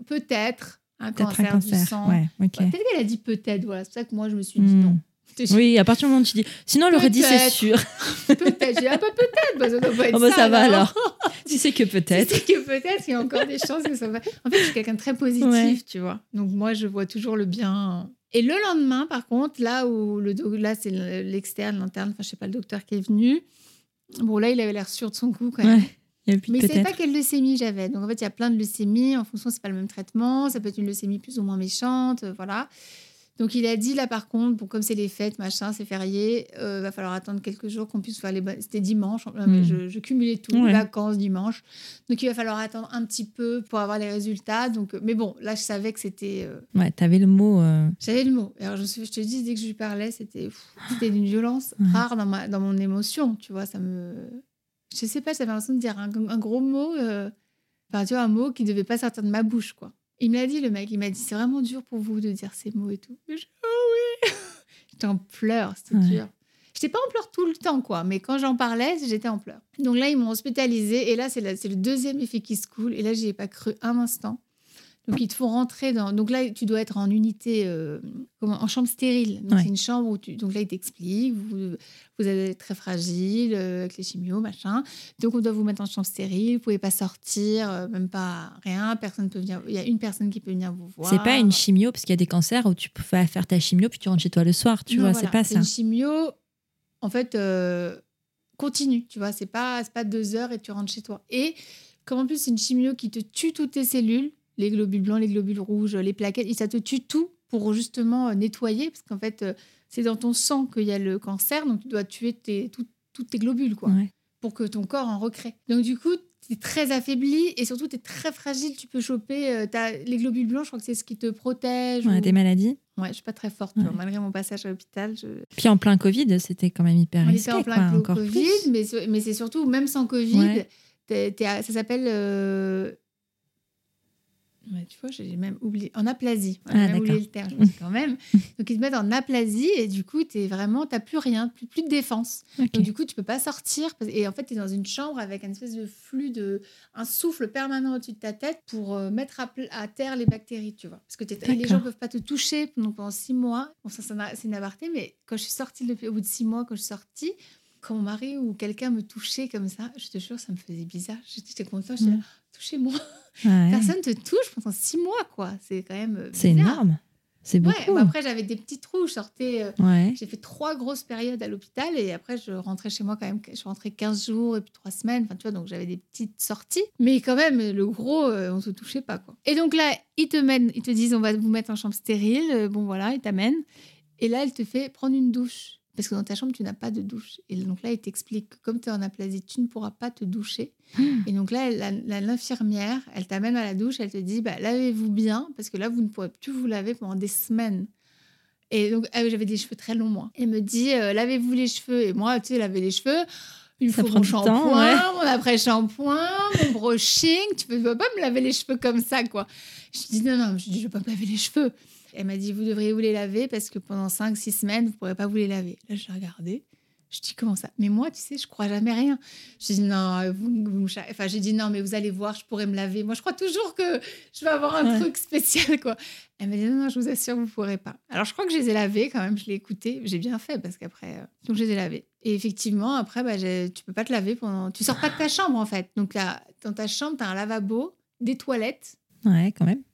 cancer du sang. Ouais, okay. Peut-être qu'elle a dit peut-être, voilà. C'est ça que moi, je me suis dit non. Oui, à partir du moment où tu dis, sinon elle aurait dit c'est sûr. Peut-être, j'ai dit, peut-être, ça doit pas être ça va alors. Tu sais que peut-être. Tu sais que peut-être, il y a encore des chances que ça va. En fait, je suis quelqu'un de très positif, tu vois. Donc moi, je vois toujours le bien. Et le lendemain, par contre, là c'est l'externe, l'interne, enfin, je sais pas, le docteur qui est venu. Bon, là, il avait l'air sûr de son coup quand même. Ouais. Mais il ne savait pas quelle leucémie j'avais. Donc, en fait, il y a plein de leucémies. En fonction, c'est pas le même traitement. Ça peut être une leucémie plus ou moins méchante. Voilà. Donc, il a dit, là, par contre, bon, comme c'est les fêtes, machin, c'est férié, va falloir attendre quelques jours qu'on puisse faire les... C'était dimanche. Mais je cumulais tout, vacances, dimanche. Donc, il va falloir attendre un petit peu pour avoir les résultats. Donc, mais bon, là, je savais que c'était... Ouais, t'avais le mot... J'avais le mot. Alors, je te dis, dès que je lui parlais, c'était d'une violence rare dans mon émotion. Tu vois, ça me... Je sais pas, j'avais l'impression de dire un gros mot, enfin, tu vois, un mot qui devait pas sortir de ma bouche, quoi. Il me l'a dit, le mec, il m'a dit, c'est vraiment dur pour vous de dire ces mots et tout. Et oh oui. J'étais en pleurs, c'était dur. J'étais pas en pleurs tout le temps, quoi, mais quand j'en parlais, j'étais en pleurs. Donc là, ils m'ont hospitalisée, et là, c'est le deuxième effet qui se coule, et là, j'y ai pas cru un instant. Donc, ils te font rentrer dans... Donc là, tu dois être en unité, en chambre stérile. Donc, c'est une chambre où Donc là, ils t'expliquent, vous êtes très fragile avec les chimios, machin. Donc, on doit vous mettre en chambre stérile. Vous pouvez pas sortir, même pas rien. Personne peut venir... Il y a une personne qui peut venir vous voir. C'est pas une chimio, parce qu'il y a des cancers où tu peux faire ta chimio, puis tu rentres chez toi le soir, tu vois. Voilà. C'est pas ça. C'est une chimio, en fait, continue, tu vois. C'est pas 2 heures et tu rentres chez toi. Et comme en plus, c'est une chimio qui te tue toutes tes cellules, les globules blancs, les globules rouges, les plaquettes, et ça te tue tout pour justement nettoyer, parce qu'en fait, c'est dans ton sang qu'il y a le cancer, donc tu dois tuer tous tes globules, quoi, pour que ton corps en recrée. Donc du coup, tu es très affaibli, et surtout, tu es très fragile, tu peux choper... les globules blancs, je crois que c'est ce qui te protège. Des maladies. Ouais, je suis pas très forte, malgré mon passage à l'hôpital. Puis en plein Covid, c'était quand même hyper risqué. On était en plein Covid, mais c'est surtout, même sans Covid, ça s'appelle... Ouais, tu vois, j'ai même oublié. En aplasie. J'ai même oublié le terme, je me dis quand même. Donc, ils te mettent en aplasie et du coup, t'as plus rien, plus de défense. Okay. Donc, du coup, tu peux pas sortir. Et en fait, tu es dans une chambre avec une espèce de flux, un souffle permanent au-dessus de ta tête pour mettre à terre les bactéries, tu vois. Parce que les gens peuvent pas te toucher pendant 6 mois. Bon, ça c'est une aparté, mais quand je suis sortie, au bout de 6 mois, quand je suis sortie, quand mon mari ou quelqu'un me touchait comme ça, je te jure, ça me faisait bizarre. J'étais contente, j'étais là, touchez-moi. Ouais. Personne te touche pendant 6 mois, quoi. C'est quand même bizarre. C'est énorme. C'est beaucoup. Ouais, après, j'avais des petits trous. Je sortais... J'ai fait 3 grosses périodes à l'hôpital et après, je rentrais chez moi quand même. Je rentrais 15 jours et puis 3 semaines. Enfin, tu vois, donc j'avais des petites sorties. Mais quand même, le gros, on ne se touchait pas, quoi. Et donc là, ils te disent, on va vous mettre en chambre stérile. Bon, voilà, ils t'amènent. Et là, elle te fait prendre une douche. Parce que dans ta chambre, tu n'as pas de douche. Et donc là, il t'explique que comme tu es en aplasie, tu ne pourras pas te doucher. Et donc là, l'infirmière, elle t'amène à la douche, elle te dit, lavez-vous bien, parce que là, vous ne pourrez plus vous laver pendant des semaines. Et donc, j'avais des cheveux très longs, moi. Elle me dit, lavez-vous les cheveux. Et moi, tu sais, laver les cheveux, il faut mon shampoing, mon après-shampoing, mon brushing. Tu ne peux pas me laver les cheveux comme ça, quoi. Je dis, non, je ne vais pas me laver les cheveux. Elle m'a dit, vous devriez vous les laver parce que pendant 5-6 semaines, vous ne pourrez pas vous les laver. Là, je l'ai regardé. Je dis, comment ça ? Mais moi, tu sais, je ne crois jamais rien. Je dis, non, j'ai dit, non, mais vous allez voir, je pourrais me laver. Moi, je crois toujours que je vais avoir un truc spécial, quoi. Elle m'a dit, non, je vous assure, vous ne pourrez pas. Alors, je crois que je les ai lavés quand même. Je l'ai écouté. J'ai bien fait parce qu'après... Donc, je les ai lavés. Et effectivement, après, tu ne peux pas te laver pendant... Tu ne sors pas de ta chambre, en fait. Donc, là, dans ta chambre, tu as un lavabo, des toilettes. Ouais, quand même.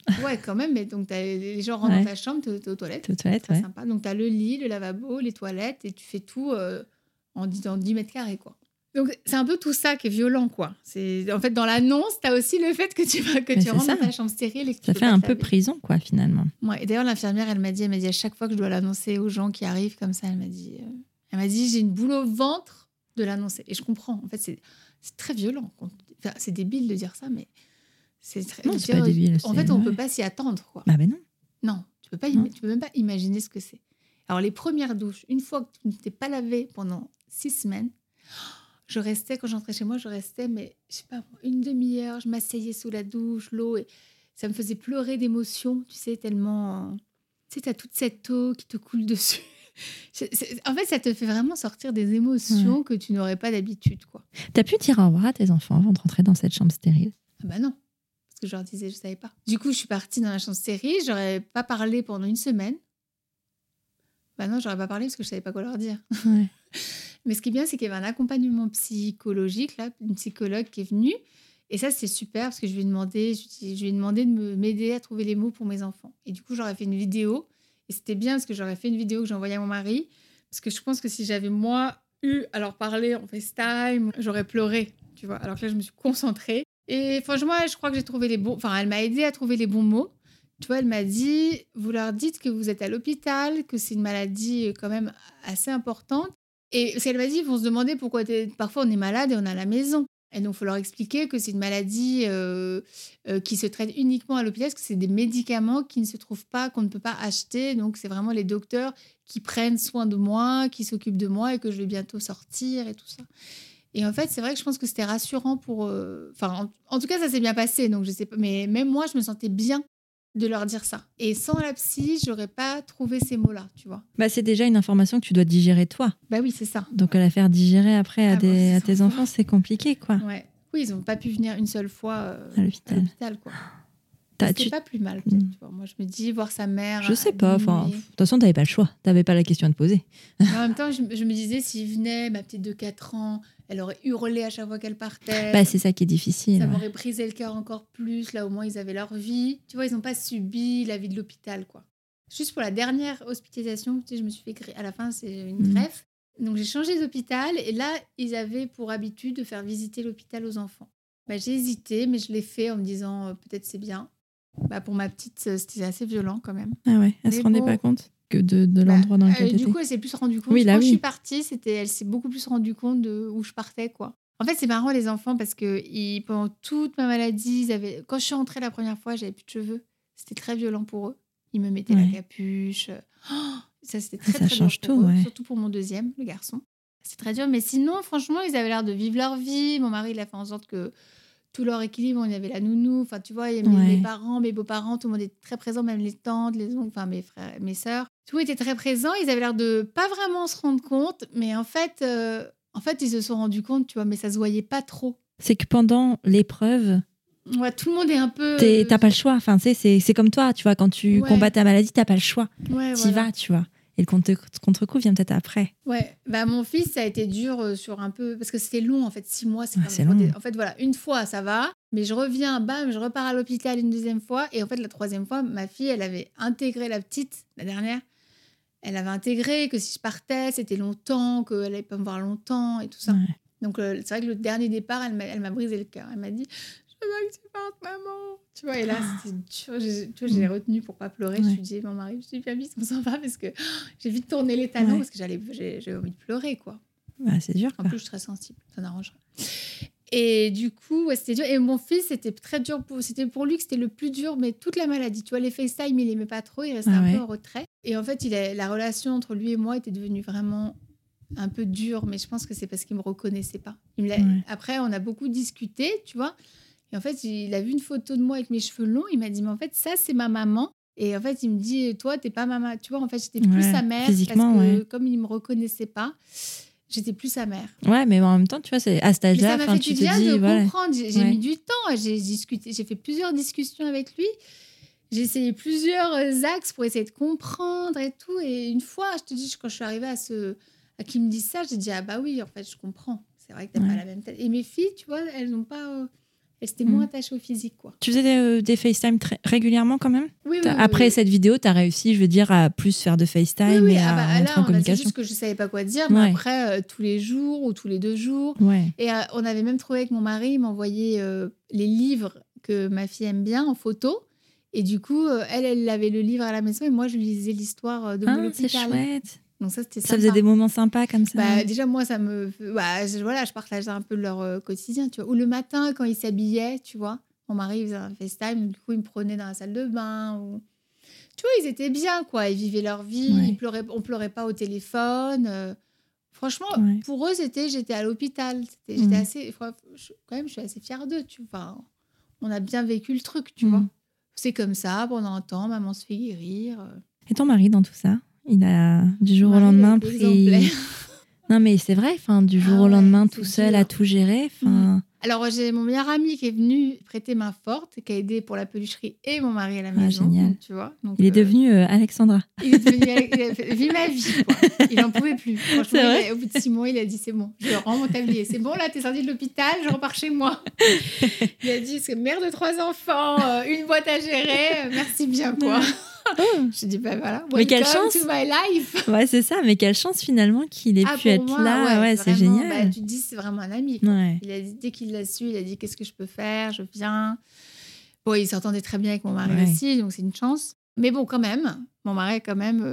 Ouais, quand même. Mais donc, les gens rentrent dans ta chambre, t'es aux toilettes. T'es aux toilettes, c'est ouais. sympa. Donc, t'as le lit, le lavabo, les toilettes et tu fais tout en 10 mètres carrés, quoi. Donc, c'est un peu tout ça qui est violent, quoi. En fait, dans l'annonce, t'as aussi le fait que tu rentres dans ta chambre stérile et que ça fait un peu prison, quoi, finalement. Ouais. Et d'ailleurs, l'infirmière, elle m'a dit à chaque fois que je dois l'annoncer aux gens qui arrivent comme ça, elle m'a dit, j'ai une boule au ventre de l'annoncer. Et je comprends. En fait, c'est très violent. Enfin, c'est débile de dire ça, mais c'est très. Non, c'est pas débile. En fait, on ne peut pas s'y attendre, quoi. Bah, ben non. Non, tu peux même pas imaginer ce que c'est. Alors, les premières douches, une fois que tu ne t'es pas lavé pendant 6 semaines, je restais, quand j'entrais chez moi, mais je sais pas, une demi-heure, je m'asseyais sous la douche, l'eau, et ça me faisait pleurer d'émotion, tu sais, tellement. Tu sais, t'as toute cette eau qui te coule dessus. En fait, ça te fait vraiment sortir des émotions que tu n'aurais pas d'habitude, quoi. T'as pu dire au revoir à tes enfants avant de rentrer dans cette chambre stérile? Ah bah non, parce que je leur disais, je savais pas. Du coup, je suis partie dans la chambre stérile, j'aurais pas parlé pendant 1 semaine. Bah non, j'aurais pas parlé parce que je savais pas quoi leur dire. Ouais. Mais ce qui est bien, c'est qu'il y avait un accompagnement psychologique, là, une psychologue qui est venue. Et ça, c'est super parce que je lui ai demandé de m'aider à trouver les mots pour mes enfants. Et du coup, j'aurais fait une vidéo. Et c'était bien parce que j'aurais fait une vidéo que j'ai envoyée à mon mari. Parce que je pense que si j'avais, moi, eu à leur parler en FaceTime, j'aurais pleuré, tu vois. Alors que là, je me suis concentrée. Et franchement, je crois que j'ai trouvé les bons... Enfin, elle m'a aidée à trouver les bons mots. Tu vois, elle m'a dit, vous leur dites que vous êtes à l'hôpital, que c'est une maladie quand même assez importante. Et parce qu'elle m'a dit, ils vont se demander pourquoi parfois on est malade et on est à la maison. Et donc, il faut leur expliquer que c'est une maladie qui se traite uniquement à l'hôpital, parce que c'est des médicaments qui ne se trouvent pas, qu'on ne peut pas acheter. Donc, c'est vraiment les docteurs qui prennent soin de moi, qui s'occupent de moi et que je vais bientôt sortir et tout ça. Et en fait, c'est vrai que je pense que c'était rassurant pour... en tout cas, ça s'est bien passé. Donc, je sais pas. Mais même moi, je me sentais bien de leur dire ça. Et sans la psy, j'aurais pas trouvé ces mots-là, tu vois. Bah, c'est déjà une information que tu dois digérer toi. Bah oui, c'est ça. Donc, la faire digérer après à tes enfants, c'est compliqué, quoi. Ouais. Oui, ils n'ont pas pu venir une seule fois à l'hôpital, quoi. C'était pas plus mal, peut-être. Tu vois. Moi, je me dis, voir sa mère... Je sais pas. Enfin, de toute façon, t'avais pas le choix. T'avais pas la question à te poser. Mais en même temps, je me disais, s'il venait, ma petite de 4 ans, elle aurait hurlé à chaque fois qu'elle partait. Bah, c'est ça qui est difficile. Ça m'aurait brisé le cœur encore plus. Là, au moins, ils avaient leur vie. Tu vois, ils n'ont pas subi la vie de l'hôpital, quoi. Juste pour la dernière hospitalisation, tu sais, je me suis fait à la fin, c'est une greffe. Donc, j'ai changé d'hôpital. Et là, ils avaient pour habitude de faire visiter l'hôpital aux enfants. Bah, j'ai hésité, mais je l'ai fait en me disant, peut-être c'est bien. Bah, pour ma petite, c'était assez violent quand même. Ah ouais, elle se rendait pas compte que de l'endroit dans lequel du coup, elle s'est plus rendue compte. Oui, là, quand je suis partie, elle s'est beaucoup plus rendue compte de où je partais, quoi. En fait, c'est marrant, les enfants, parce que pendant toute ma maladie, quand je suis rentrée la première fois, j'avais plus de cheveux. C'était très violent pour eux. Ils me mettaient la capuche. Ça, c'était très, ça très change dur pour tout, eux, ouais. surtout pour mon deuxième, le garçon. C'est très dur. Mais sinon, franchement, ils avaient l'air de vivre leur vie. Mon mari, il a fait en sorte que tout leur équilibre, il y avait la nounou, enfin tu vois, il y avait mes parents, mes beaux-parents, tout le monde était très présent, même les tantes, les oncles, enfin mes frères, mes sœurs, tout était très présent. Ils avaient l'air de pas vraiment se rendre compte, mais en fait, ils se sont rendus compte, tu vois, mais ça se voyait pas trop. C'est que pendant l'épreuve, ouais, tout le monde est un peu. T'as pas le choix. Enfin, tu sais, c'est comme toi, tu vois, quand tu combats ta maladie, t'as pas le choix. Ouais, T'y vas, tu vois. Et le contre-coup vient peut-être après. Ouais, bah mon fils, ça a été dur sur un peu... Parce que c'était long, en fait, 6 mois. C'est long. En fait, voilà, une fois, ça va. Mais je reviens, bam, je repars à l'hôpital une deuxième fois. Et en fait, la troisième fois, ma fille, elle avait intégré, la petite, la dernière, elle avait intégré que si je partais, c'était longtemps, qu'elle allait pas me voir longtemps et tout ça. Ouais. Donc, c'est vrai que le dernier départ, elle m'a brisé le cœur. Elle m'a dit, je veux que tu partes, maman. Tu vois, et là, c'était dur. J'ai retenu pour pas pleurer. Je lui dis, mon mari, je suis bien vite, on s'en va parce que j'ai vite tourné les talons parce que j'ai envie de pleurer, quoi. Bah, c'est dur. En plus, je suis très sensible. Ça n'arrange rien. Et du coup, c'était dur. Et mon fils, c'était très dur. C'était pour lui que c'était le plus dur, mais toute la maladie. Tu vois, les FaceTime, il aimait pas trop. Il restait un peu en retrait. Et en fait, la relation entre lui et moi était devenue vraiment un peu dure. Mais je pense que c'est parce qu'il me reconnaissait pas. Après, on a beaucoup discuté, tu vois. Et en fait, il a vu une photo de moi avec mes cheveux longs. Il m'a dit, mais en fait, ça, c'est ma maman. Et en fait, il me dit, toi, t'es pas maman. Tu vois, en fait, j'étais plus sa mère. Parce que comme il me reconnaissait pas, j'étais plus sa mère. Ouais, mais en même temps, tu vois, c'est à cet âge-là, ça m'a fait du bien de comprendre. J'ai mis du temps. J'ai fait plusieurs discussions avec lui. J'ai essayé plusieurs axes pour essayer de comprendre et tout. Et une fois, je te dis, quand je suis arrivée à qu'il me dise ça, j'ai dit, ah bah oui, en fait, je comprends. C'est vrai que t'as pas la même tête. Et mes filles, tu vois, elles n'ont pas... Elle s'était moins attachée au physique, quoi. Tu faisais des FaceTime régulièrement quand même? Oui, Après cette vidéo, tu as réussi, je veux dire, à plus faire de FaceTime et à entrer en communication. C'est juste que je savais pas quoi dire, mais après, tous les jours ou tous les 2 jours. Et on avait même trouvé avec mon mari, il m'envoyait les livres que ma fille aime bien en photo. Et du coup, elle avait le livre à la maison et moi, je lui lisais l'histoire de mon hôpital. C'est chouette. Donc ça, c'était sympa. Ça faisait des moments sympas comme ça. Déjà, moi, ça me... je partageais un peu leur quotidien, tu vois. Ou le matin, quand ils s'habillaient, tu vois. Mon mari faisait un FaceTime, du coup, il me prenait dans la salle de bain. Ou... Tu vois, ils étaient bien, quoi. Ils vivaient leur vie, on pleurait pas au téléphone. Franchement, pour eux, j'étais à l'hôpital. J'étais assez... Quand même, je suis assez fière d'eux, tu vois. Enfin, on a bien vécu le truc, tu vois. C'est comme ça, pendant un temps, maman se fait guérir. Et ton mari, dans tout ça, il a du jour au lendemain pris... Non, mais c'est vrai, du jour au lendemain, tout seul, à tout gérer. Alors, j'ai mon meilleur ami qui est venu prêter main forte, qui a aidé pour la pelucherie et mon mari à la maison. Génial. Donc, tu vois, donc, il est devenu Alexandra. Il a vu ma vie, quoi. Il n'en pouvait plus. Franchement, au bout de 6 mois, il a dit, c'est bon, je rends mon tablier. C'est bon, là, t'es sorti de l'hôpital, je repars chez moi. Il a dit, c'est mère de 3 enfants, une boîte à gérer, merci bien, quoi. Je dis voilà, mais quelle chance to my life. Ouais, c'est ça, mais quelle chance finalement qu'il ait pu être là. C'est génial. Tu te dis c'est vraiment un ami. Il a dit, dès qu'il l'a su, il a dit qu'est-ce que je peux faire, je viens. Bon, il s'entendait très bien avec mon mari aussi, donc c'est une chance. Mais bon, quand même, mon mari quand même,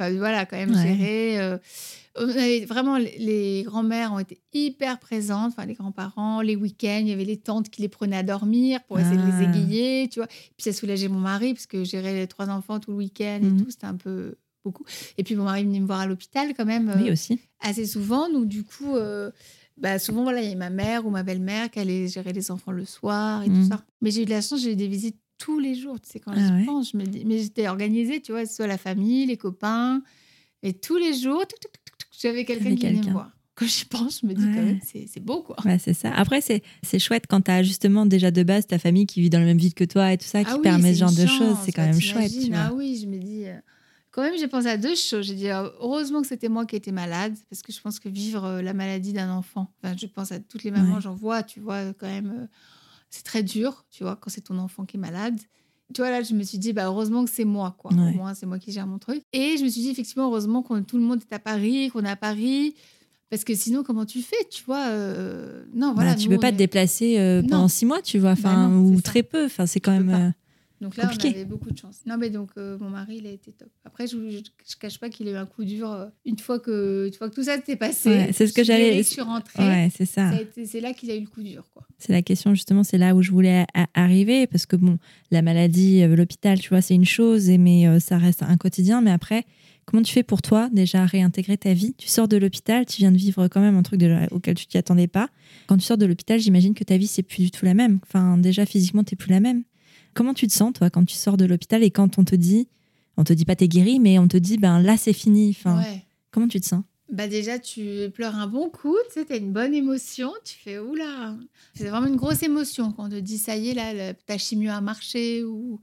géré. On avait vraiment, les grands-mères ont été hyper présentes, les grands-parents, les week-ends, il y avait les tantes qui les prenaient à dormir pour essayer de les égayer, tu vois. Puis ça soulageait mon mari, parce que gérer les 3 enfants tout le week-end et tout, c'était un peu beaucoup. Et puis mon mari venait me voir à l'hôpital quand même, aussi. assez souvent. Donc du coup, souvent, il y avait ma mère ou ma belle-mère qui allait gérer les enfants le soir et tout ça. Mais j'ai eu de la chance, j'ai eu des visites tous les jours, tu sais, quand j'y pense, je me dis... Mais j'étais organisée, tu vois, soit la famille, les copains, et tous les jours... J'avais quelqu'un qui venait me voir. Quand j'y pense, je me dis quand même, c'est beau, quoi. Ouais, c'est ça. Après, c'est chouette quand tu as justement déjà de base ta famille qui vit dans la même ville que toi et tout ça, qui permet ce genre de choses. C'est quand même chouette. Tu vois. Ah oui, je me dis... Quand même, j'ai pensé à 2 choses. J'ai dit, heureusement que c'était moi qui étais malade, parce que je pense que vivre la maladie d'un enfant... je pense à toutes les mamans, j'en vois, tu vois, quand même... c'est très dur, tu vois, quand c'est ton enfant qui est malade. Tu vois, là, je me suis dit, heureusement que c'est moi, quoi. Au moins, c'est moi qui gère mon truc. Et je me suis dit, effectivement, heureusement que tout le monde est à Paris, qu'on est à Paris. Parce que sinon, comment tu fais, tu vois Non, voilà. Tu peux pas te déplacer pendant 6 mois, tu vois, ou très peu. C'est quand même donc là, compliqué. On avait beaucoup de chance. Non, mais donc, mon mari, il a été top. Après, je cache pas qu'il a eu un coup dur une fois que tout ça s'était passé. Ouais, c'est ce que j'allais... Je suis rentrée. Ouais, c'est ça. C'est là qu'il a eu le coup dur, quoi. C'est la question, justement, c'est là où je voulais arriver. Parce que, bon, la maladie, l'hôpital, tu vois, c'est une chose, mais ça reste un quotidien. Mais après, comment tu fais pour toi, déjà, réintégrer ta vie? Tu sors de l'hôpital, tu viens de vivre quand même un truc auquel tu t'y attendais pas. Quand tu sors de l'hôpital, j'imagine que ta vie, c'est plus du tout la même. Déjà, physiquement, t'es plus la même. Comment tu te sens, toi, quand tu sors de l'hôpital et quand on te dit pas t'es guéri, mais on te dit, là, c'est fini. Comment tu te sens? Déjà, tu pleures un bon coup, tu sais, t'as une bonne émotion, tu fais oula. C'est vraiment une grosse émotion quand on te dit ça y est, là, ta chimio a marché.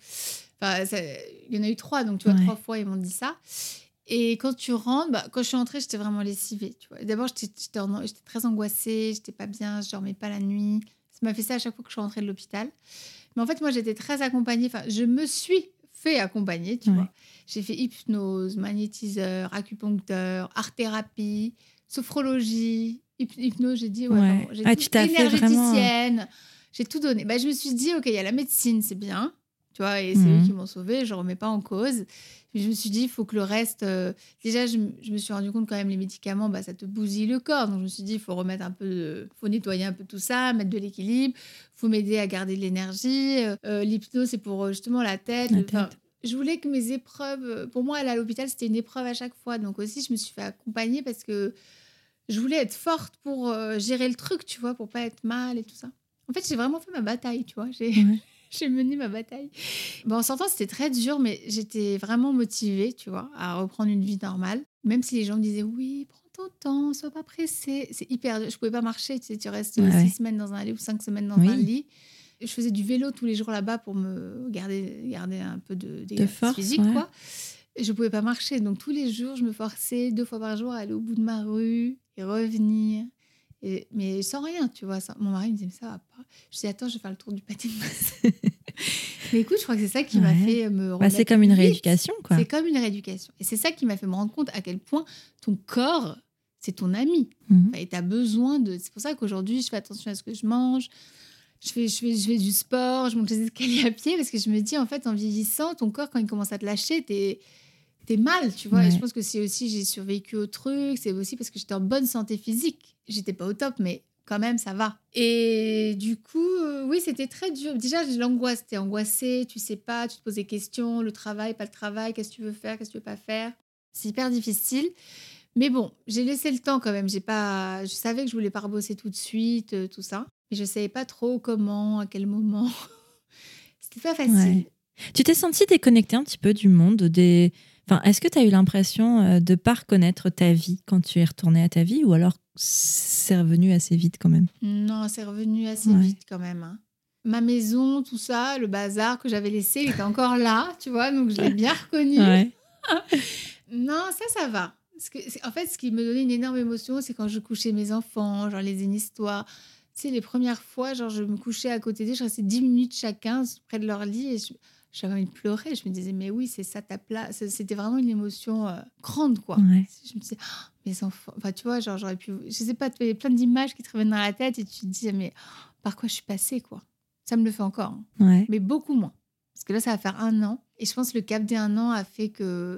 Il y en a eu 3, donc tu vois, 3 fois, ils m'ont dit ça. Et quand tu rentres, quand je suis rentrée, j'étais vraiment lessivée. Tu vois. D'abord, j'étais très angoissée, j'étais pas bien, je dormais pas la nuit. Ça m'a fait ça à chaque fois que je suis rentrée de l'hôpital. Mais en fait, moi, j'étais très accompagnée. Je me suis fait accompagner, tu vois. J'ai fait hypnose, magnétiseur, acupuncteur, art-thérapie, sophrologie, hypnose, j'ai dit, j'ai dit énergéticienne. J'ai tout donné. Je me suis dit, OK, il y a la médecine, c'est bien, tu vois, et c'est eux qui m'ont sauvée, je ne remets pas en cause. Puis je me suis dit, il faut que le reste... Déjà, je me suis rendu compte quand même, les médicaments, ça te bousille le corps. Donc, je me suis dit, il faut remettre un peu... faut nettoyer un peu tout ça, mettre de l'équilibre. Il faut m'aider à garder de l'énergie. L'hypnose, c'est pour justement la tête. Je voulais que mes épreuves... Pour moi, aller à l'hôpital, c'était une épreuve à chaque fois. Donc aussi, je me suis fait accompagner parce que je voulais être forte pour gérer le truc, tu vois, pour pas être mal et tout ça. En fait, j'ai vraiment fait ma bataille, tu vois. J'ai mené ma bataille. En sortant, c'était très dur, mais j'étais vraiment motivée, tu vois, à reprendre une vie normale. Même si les gens me disaient, oui, prends ton temps, sois pas pressée. C'est hyper dur. Je pouvais pas marcher, tu sais, tu restes 6 semaines dans un lit ou 5 semaines dans un lit. Je faisais du vélo tous les jours là-bas pour me garder un peu de force physique, quoi. Et je pouvais pas marcher. Donc, tous les jours, je me forçais 2 fois par jour à aller au bout de ma rue et revenir. Mais sans rien, tu vois. Mon mari me disait, mais ça va pas. Je dis, attends, je vais faire le tour du pâté de masse. Mais écoute, je crois que c'est ça qui m'a fait me rendre. C'est comme une rééducation, quoi. C'est comme une rééducation. Et c'est ça qui m'a fait me rendre compte à quel point ton corps, c'est ton ami. Et tu as besoin de. C'est pour ça qu'aujourd'hui, je fais attention à ce que je mange. Je fais du sport, je monte les escaliers à pied parce que je me dis, en fait, en vieillissant, ton corps, quand il commence à te lâcher, t'es mal, tu vois. Et je pense que c'est aussi, j'ai survécu au truc, c'est aussi parce que j'étais en bonne santé physique. J'étais pas au top, mais quand même, ça va. Et du coup, oui, c'était très dur. Déjà, j'ai l'angoisse. T'es angoissée, tu sais pas, tu te poses des questions, le travail, pas le travail, qu'est-ce que tu veux faire, qu'est-ce que tu veux pas faire. C'est hyper difficile. Mais bon, j'ai laissé le temps quand même. Je savais que je voulais pas rebosser tout de suite, tout ça. Mais je savais pas trop comment, à quel moment. C'était pas facile. Ouais. Tu t'es sentie déconnectée un petit peu du monde Enfin, est-ce que tu as eu l'impression de ne pas reconnaître ta vie quand tu es retournée à ta vie ou alors c'est revenu assez vite quand même? Non, c'est revenu assez vite quand même. Hein. Ma maison, tout ça, le bazar que j'avais laissé, il était encore là, tu vois, donc je l'ai bien reconnu. Ouais. Non, ça va. En fait, ce qui me donnait une énorme émotion, c'est quand je couchais mes enfants, genre les histoires. Tu sais, les premières fois, genre je me couchais à côté d'eux, je restais 10 minutes chacun près de leur lit et j'avais envie de pleurer. Je me disais, mais oui, c'est ça ta place. C'était vraiment une émotion grande, quoi. Ouais. Je me disais, oh, mes enfants. Enfin, tu vois, genre j'aurais pu. Je sais pas, tu avais plein d'images qui te reviennent dans la tête et tu te dis, mais par quoi je suis passée, quoi. Ça me le fait encore. Hein. Ouais. Mais beaucoup moins. Parce que là, ça va faire 1 an. Et je pense que le cap des 1 an a fait que.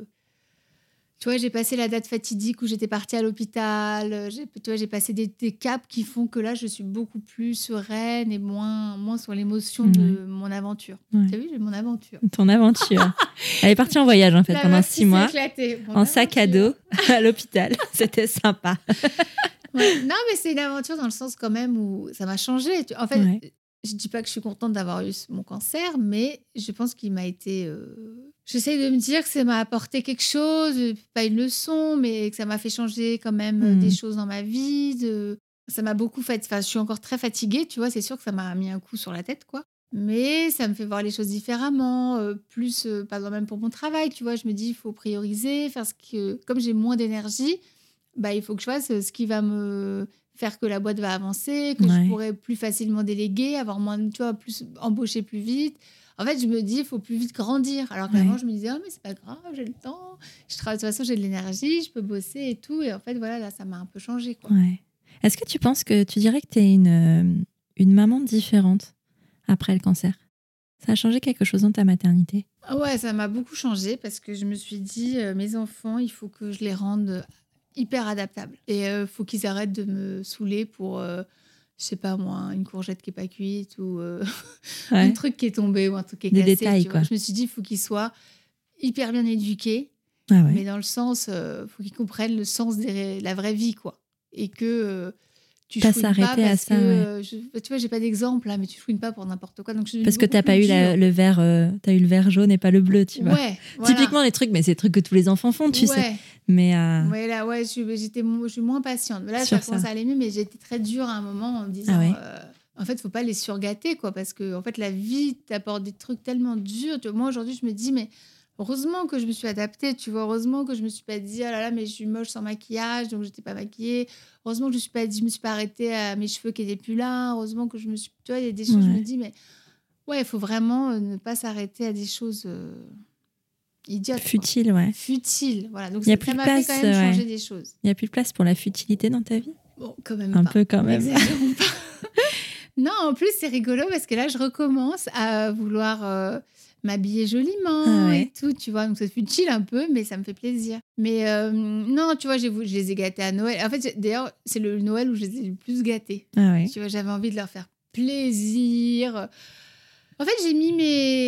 Tu vois, j'ai passé la date fatidique où j'étais partie à l'hôpital. J'ai passé des caps qui font que là, je suis beaucoup plus sereine et moins sur l'émotion de mon aventure. Ouais. Tu as vu, j'ai mon aventure. Ton aventure. Elle est partie en voyage, en fait, pendant 6 mois. En sac à dos, à l'hôpital. C'était sympa. Ouais. Non, mais c'est une aventure dans le sens quand même où ça m'a changé. En fait, je dis pas que je suis contente d'avoir eu mon cancer, mais je pense qu'il m'a été... J'essaye de me dire que ça m'a apporté quelque chose, pas une leçon, mais que ça m'a fait changer quand même des choses dans ma vie. Ça m'a beaucoup fait... Enfin, je suis encore très fatiguée, tu vois, c'est sûr que ça m'a mis un coup sur la tête, quoi. Mais ça me fait voir les choses différemment, plus, par exemple, même pour mon travail, tu vois, je me dis, il faut prioriser, faire ce que... Comme j'ai moins d'énergie, bah, il faut que je fasse ce qui va me faire que la boîte va avancer, que je pourrais plus facilement déléguer, avoir moins, tu vois, plus embaucher plus vite. En fait, je me dis, il faut plus vite grandir. Alors qu'avant, je me disais, oh, mais c'est pas grave, j'ai le temps. Je travaille, de toute façon, j'ai de l'énergie, je peux bosser et tout. Et en fait, voilà, là, ça m'a un peu changé, quoi. Ouais. Est-ce que tu penses que tu dirais que tu es une maman différente après le cancer? Ça a changé quelque chose dans ta maternité? Ouais, ça m'a beaucoup changé parce que je me suis dit, mes enfants, il faut que je les rende hyper adaptables. Et faut qu'ils arrêtent de me saouler pour... je sais pas moi, une courgette qui est pas cuite ou un truc qui est tombé ou un truc qui est cassé. Des détails, tu vois. Je me suis dit, il faut qu'ils soient hyper bien éduqués, mais dans le sens, faut qu'ils comprennent le sens de la vraie vie, quoi. Et que tu chouines pas parce que... tu vois, j'ai pas d'exemple, là, mais tu chouines pas pour n'importe quoi. Donc, parce que t'as pas eu le vert, t'as eu le vert jaune et pas le bleu, tu vois. Ouais, voilà. Typiquement, les trucs, mais c'est des trucs que tous les enfants font, tu sais. Mais ouais, là, je suis moins patiente. Mais là, ça commence à aller mieux, mais j'ai été très dure à un moment en me disant, en fait, faut pas les surgâter, quoi, parce que en fait, la vie t'apporte des trucs tellement durs. Moi, aujourd'hui, je me dis, mais heureusement que je me suis adaptée, tu vois. Heureusement que je me suis pas dit, oh là là, mais je suis moche sans maquillage, donc j'étais pas maquillée. Heureusement que je me suis pas arrêtée à mes cheveux qui étaient plus là. Heureusement que je me suis, tu vois, il y a des choses, je me dis, mais ouais, il faut vraiment ne pas s'arrêter à des choses idiotes. Futiles, ouais. Futiles, voilà. Donc ça m'a fait quand même changer des choses. Il y a plus de place pour la futilité dans ta vie? Bon, quand même un pas. Peu quand même. N'exagérons pas. Non, en plus, c'est rigolo parce que là, je recommence à vouloir m'habiller joliment et tout, tu vois. Donc, c'est futile un peu, mais ça me fait plaisir. Mais non, tu vois, je les ai gâtés à Noël. En fait, d'ailleurs, c'est le Noël où je les ai le plus gâtés. Tu vois, j'avais envie de leur faire plaisir. En fait, j'ai mis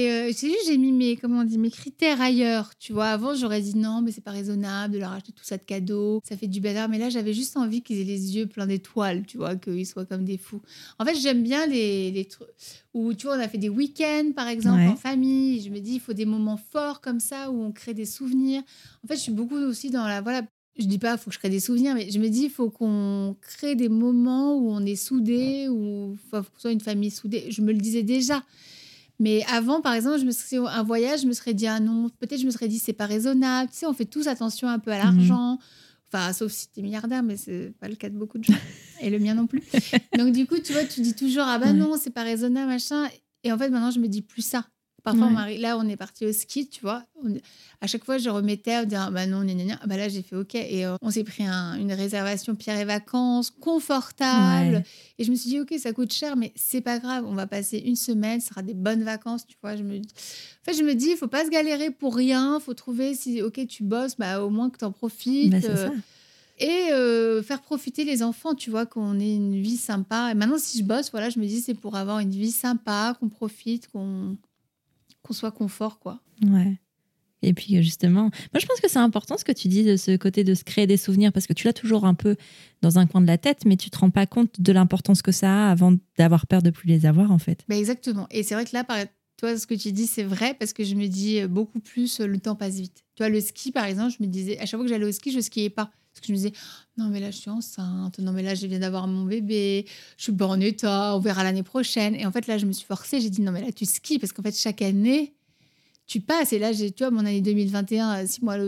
mes critères ailleurs, tu vois. Avant, j'aurais dit non, mais c'est pas raisonnable de leur acheter tout ça de cadeaux. Ça fait du bazar. Mais là, j'avais juste envie qu'ils aient les yeux pleins d'étoiles, tu vois, qu'ils soient comme des fous. En fait, j'aime bien les trucs où, tu vois, on a fait des week-ends, par exemple, en famille. Je me dis, il faut des moments forts comme ça où on crée des souvenirs. En fait, je suis beaucoup aussi dans la... Voilà, je dis pas, il faut que je crée des souvenirs, mais je me dis, il faut qu'on crée des moments où on est soudés, où il faut que soit une famille soudée. Je me le disais déjà. Mais avant, par exemple, un voyage, je me serais dit, ah non, peut-être je me serais dit, c'est pas raisonnable. Tu sais, on fait tous attention un peu à l'argent. Enfin, sauf si t'es milliardaire, mais c'est pas le cas de beaucoup de gens. Et le mien non plus. Donc, du coup, tu vois, tu dis toujours, ah bah non, c'est pas raisonnable, machin. Et en fait, maintenant, je me dis plus ça. Parfois, là, on est parti au ski, tu vois. À chaque fois, je remettais, on disait, ah bah non, gna. Ah bah là, j'ai fait OK. Et on s'est pris une réservation Pierre et Vacances, confortable. Ouais. Et je me suis dit, OK, ça coûte cher, mais c'est pas grave. On va passer une semaine, ce sera des bonnes vacances, tu vois. En fait, je me dis, il faut pas se galérer pour rien. Il faut trouver, si OK, tu bosses, bah, au moins que tu en profites. Bah, c'est ça. Et faire profiter les enfants, tu vois, qu'on ait une vie sympa. Et maintenant, si je bosse, voilà, je me dis, c'est pour avoir une vie sympa, qu'on profite, qu'on soit confort, quoi. Ouais. Et puis justement, moi je pense que c'est important ce que tu dis de ce côté de se créer des souvenirs parce que tu l'as toujours un peu dans un coin de la tête, mais tu te rends pas compte de l'importance que ça a avant d'avoir peur de plus les avoir en fait. Bah exactement. Et c'est vrai que là, toi, ce que tu dis, c'est vrai parce que je me dis beaucoup plus, le temps passe vite. Tu vois, le ski, par exemple, je me disais, à chaque fois que j'allais au ski, je skiais pas. Parce que je me disais, non, mais là, je suis enceinte. Non, mais là, je viens d'avoir mon bébé. Je suis pas en état. On verra l'année prochaine. Et en fait, là, je me suis forcée. J'ai dit, non, mais là, tu skis. Parce qu'en fait, chaque année, tu passes. Et là, tu vois, mon année 2021, 6 mois,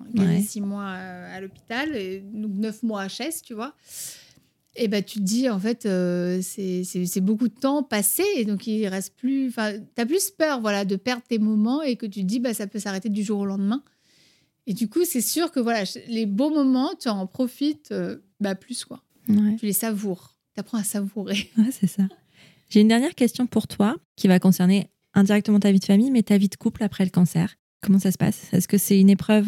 6 mois à l'hôpital. Et donc, 9 mois à Chess, tu vois. Et bah, tu te dis, en fait, c'est beaucoup de temps passé. Et donc, il reste plus... Enfin, tu as plus peur, voilà, de perdre tes moments et que tu te dis, bah, ça peut s'arrêter du jour au lendemain. Et du coup, c'est sûr que voilà, les beaux moments, tu en profites plus, quoi. Ouais. Tu les savoures. Tu apprends à savourer. Ouais, c'est ça. J'ai une dernière question pour toi qui va concerner indirectement ta vie de famille, mais ta vie de couple après le cancer. Comment ça se passe ? Est-ce que c'est une épreuve,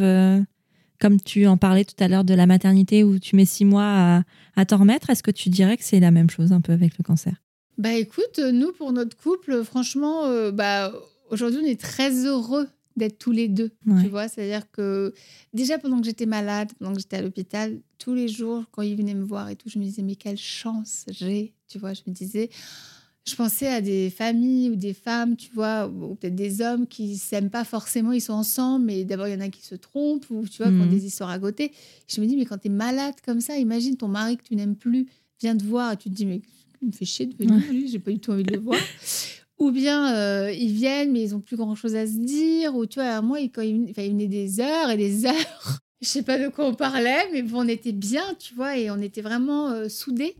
comme tu en parlais tout à l'heure de la maternité, où tu mets 6 mois à t'en remettre ? Est-ce que tu dirais que c'est la même chose un peu avec le cancer ? Bah écoute, nous, pour notre couple, franchement, aujourd'hui, on est très heureux d'être tous les deux, tu vois. C'est-à-dire que déjà, pendant que j'étais malade, pendant que j'étais à l'hôpital, tous les jours, quand il venait me voir et tout, je me disais, mais quelle chance j'ai, tu vois. Je me disais, je pensais à des familles ou des femmes, tu vois, ou peut-être des hommes qui s'aiment pas forcément, ils sont ensemble, mais d'abord, il y en a qui se trompent, ou tu vois, qui ont des histoires à côté. Je me dis, mais quand tu es malade comme ça, imagine ton mari que tu n'aimes plus vient te voir et tu te dis, mais il me fait chier de venir, lui, j'ai pas du tout envie de le voir. Ou bien ils viennent, mais ils n'ont plus grand-chose à se dire. Ou tu vois, moi, quand ils venaient des heures et des heures. Je ne sais pas de quoi on parlait, mais bon, on était bien, tu vois, et on était vraiment soudés.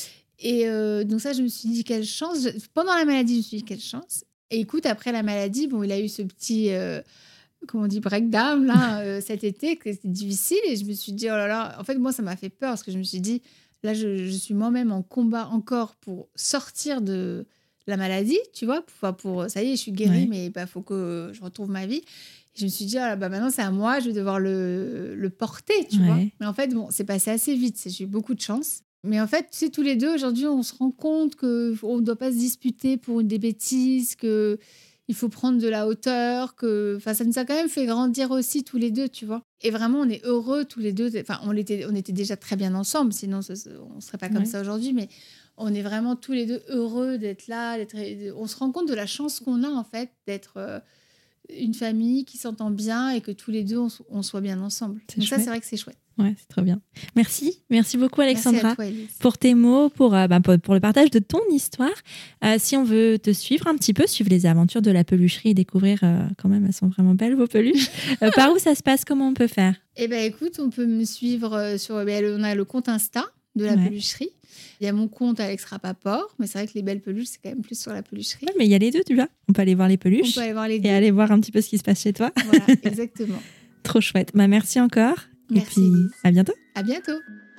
Et donc ça, je me suis dit, quelle chance. Pendant la maladie, je me suis dit, quelle chance. Et écoute, après la maladie, bon, il a eu ce petit, comment on dit, breakdown, là, cet été, que c'était difficile. Et je me suis dit, oh là là. En fait, moi, ça m'a fait peur, parce que je me suis dit, là, je suis moi-même en combat encore pour sortir de la maladie, tu vois, pour ça y est, je suis guérie, mais faut que je retrouve ma vie. Et je me suis dit, maintenant, c'est à moi, je vais devoir le porter, tu vois. Mais en fait, bon, c'est passé assez vite, j'ai eu beaucoup de chance. Mais en fait, tu sais, tous les deux, aujourd'hui, on se rend compte qu'on ne doit pas se disputer pour des bêtises, qu'il faut prendre de la hauteur, ça nous a quand même fait grandir aussi tous les deux, tu vois. Et vraiment, on est heureux tous les deux. Enfin, on était déjà très bien ensemble, sinon on ne serait pas comme ça aujourd'hui, mais on est vraiment tous les deux heureux d'être là. On se rend compte de la chance qu'on a, en fait, d'être une famille qui s'entend bien et que tous les deux, on soit bien ensemble. Donc ça, c'est vrai que c'est chouette. Ouais, c'est trop bien. Merci beaucoup Alexandra. Merci à toi, Élise. Pour tes mots, pour le partage de ton histoire. Si on veut te suivre un petit peu, suivre les aventures de la pelucherie et découvrir, quand même, elles sont vraiment belles vos peluches. Par où ça se passe ? Comment on peut faire ? Eh ben, écoute, on peut me suivre on a le compte Insta de la pelucherie. Il y a mon compte Alex Rapaport, mais c'est vrai que les belles peluches, c'est quand même plus sur la pelucherie. Ouais, mais il y a les deux, tu vois. On peut aller voir les peluches. On peut aller voir les deux. Et aller voir un petit peu ce qui se passe chez toi. Voilà, exactement. Trop chouette. Merci encore. Merci. Et puis, à bientôt. À bientôt.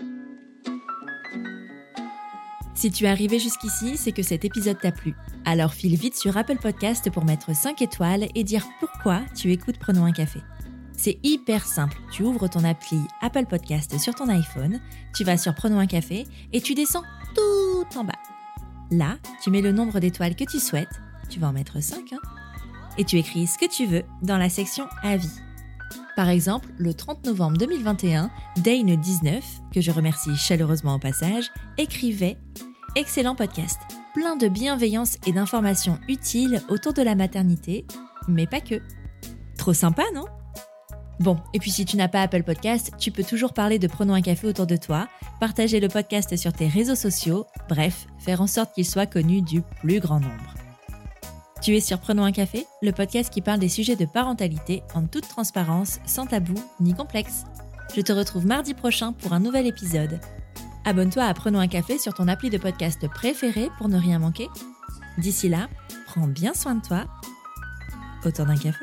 Si tu es arrivé jusqu'ici, c'est que cet épisode t'a plu. Alors file vite sur Apple Podcast pour mettre 5 étoiles et dire pourquoi tu écoutes Prenons un café. C'est hyper simple, tu ouvres ton appli Apple Podcast sur ton iPhone, tu vas sur Prenons un café et tu descends tout en bas. Là, tu mets le nombre d'étoiles que tu souhaites, tu vas en mettre 5, et tu écris ce que tu veux dans la section Avis. Par exemple, le 30 novembre 2021, Dane19, que je remercie chaleureusement au passage, écrivait « Excellent podcast, plein de bienveillance et d'informations utiles autour de la maternité, mais pas que. » Trop sympa, non ? Bon, et puis si tu n'as pas Apple Podcast, tu peux toujours parler de Prenons un café autour de toi, partager le podcast sur tes réseaux sociaux, bref, faire en sorte qu'il soit connu du plus grand nombre. Tu es sur Prenons un café, le podcast qui parle des sujets de parentalité en toute transparence, sans tabou ni complexe. Je te retrouve mardi prochain pour un nouvel épisode. Abonne-toi à Prenons un café sur ton appli de podcast préféré pour ne rien manquer. D'ici là, prends bien soin de toi. Autour d'un café.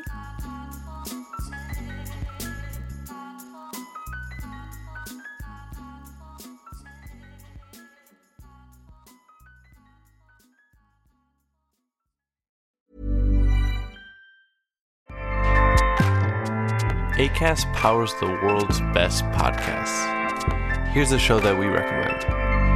Acast powers the world's best podcasts. Here's a show that we recommend.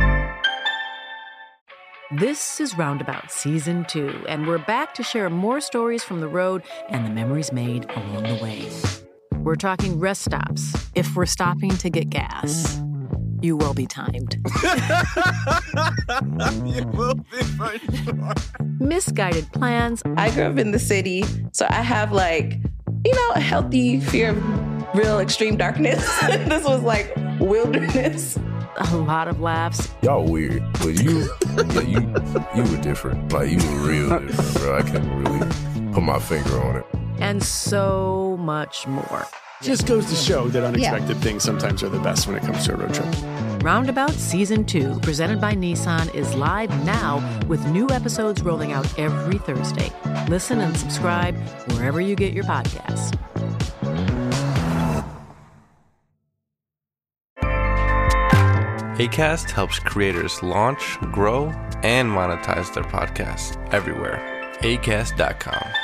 This is Roundabout Season 2, and we're back to share more stories from the road and the memories made along the way. We're talking rest stops, if we're stopping to get gas. You will be timed. You will be for sure. Misguided plans. I grew up in the city, so I have a healthy fear of real extreme darkness. This was like wilderness. A lot of laughs. Y'all weird, but you were different. Like, you were real different, bro. I can't really put my finger on it. And so much more. Just goes to show that unexpected things sometimes are the best when it comes to a road trip. Roundabout Season 2, presented by Nissan, is live now with new episodes rolling out every Thursday. Listen and subscribe wherever you get your podcasts. Acast helps creators launch, grow, and monetize their podcasts everywhere. Acast.com.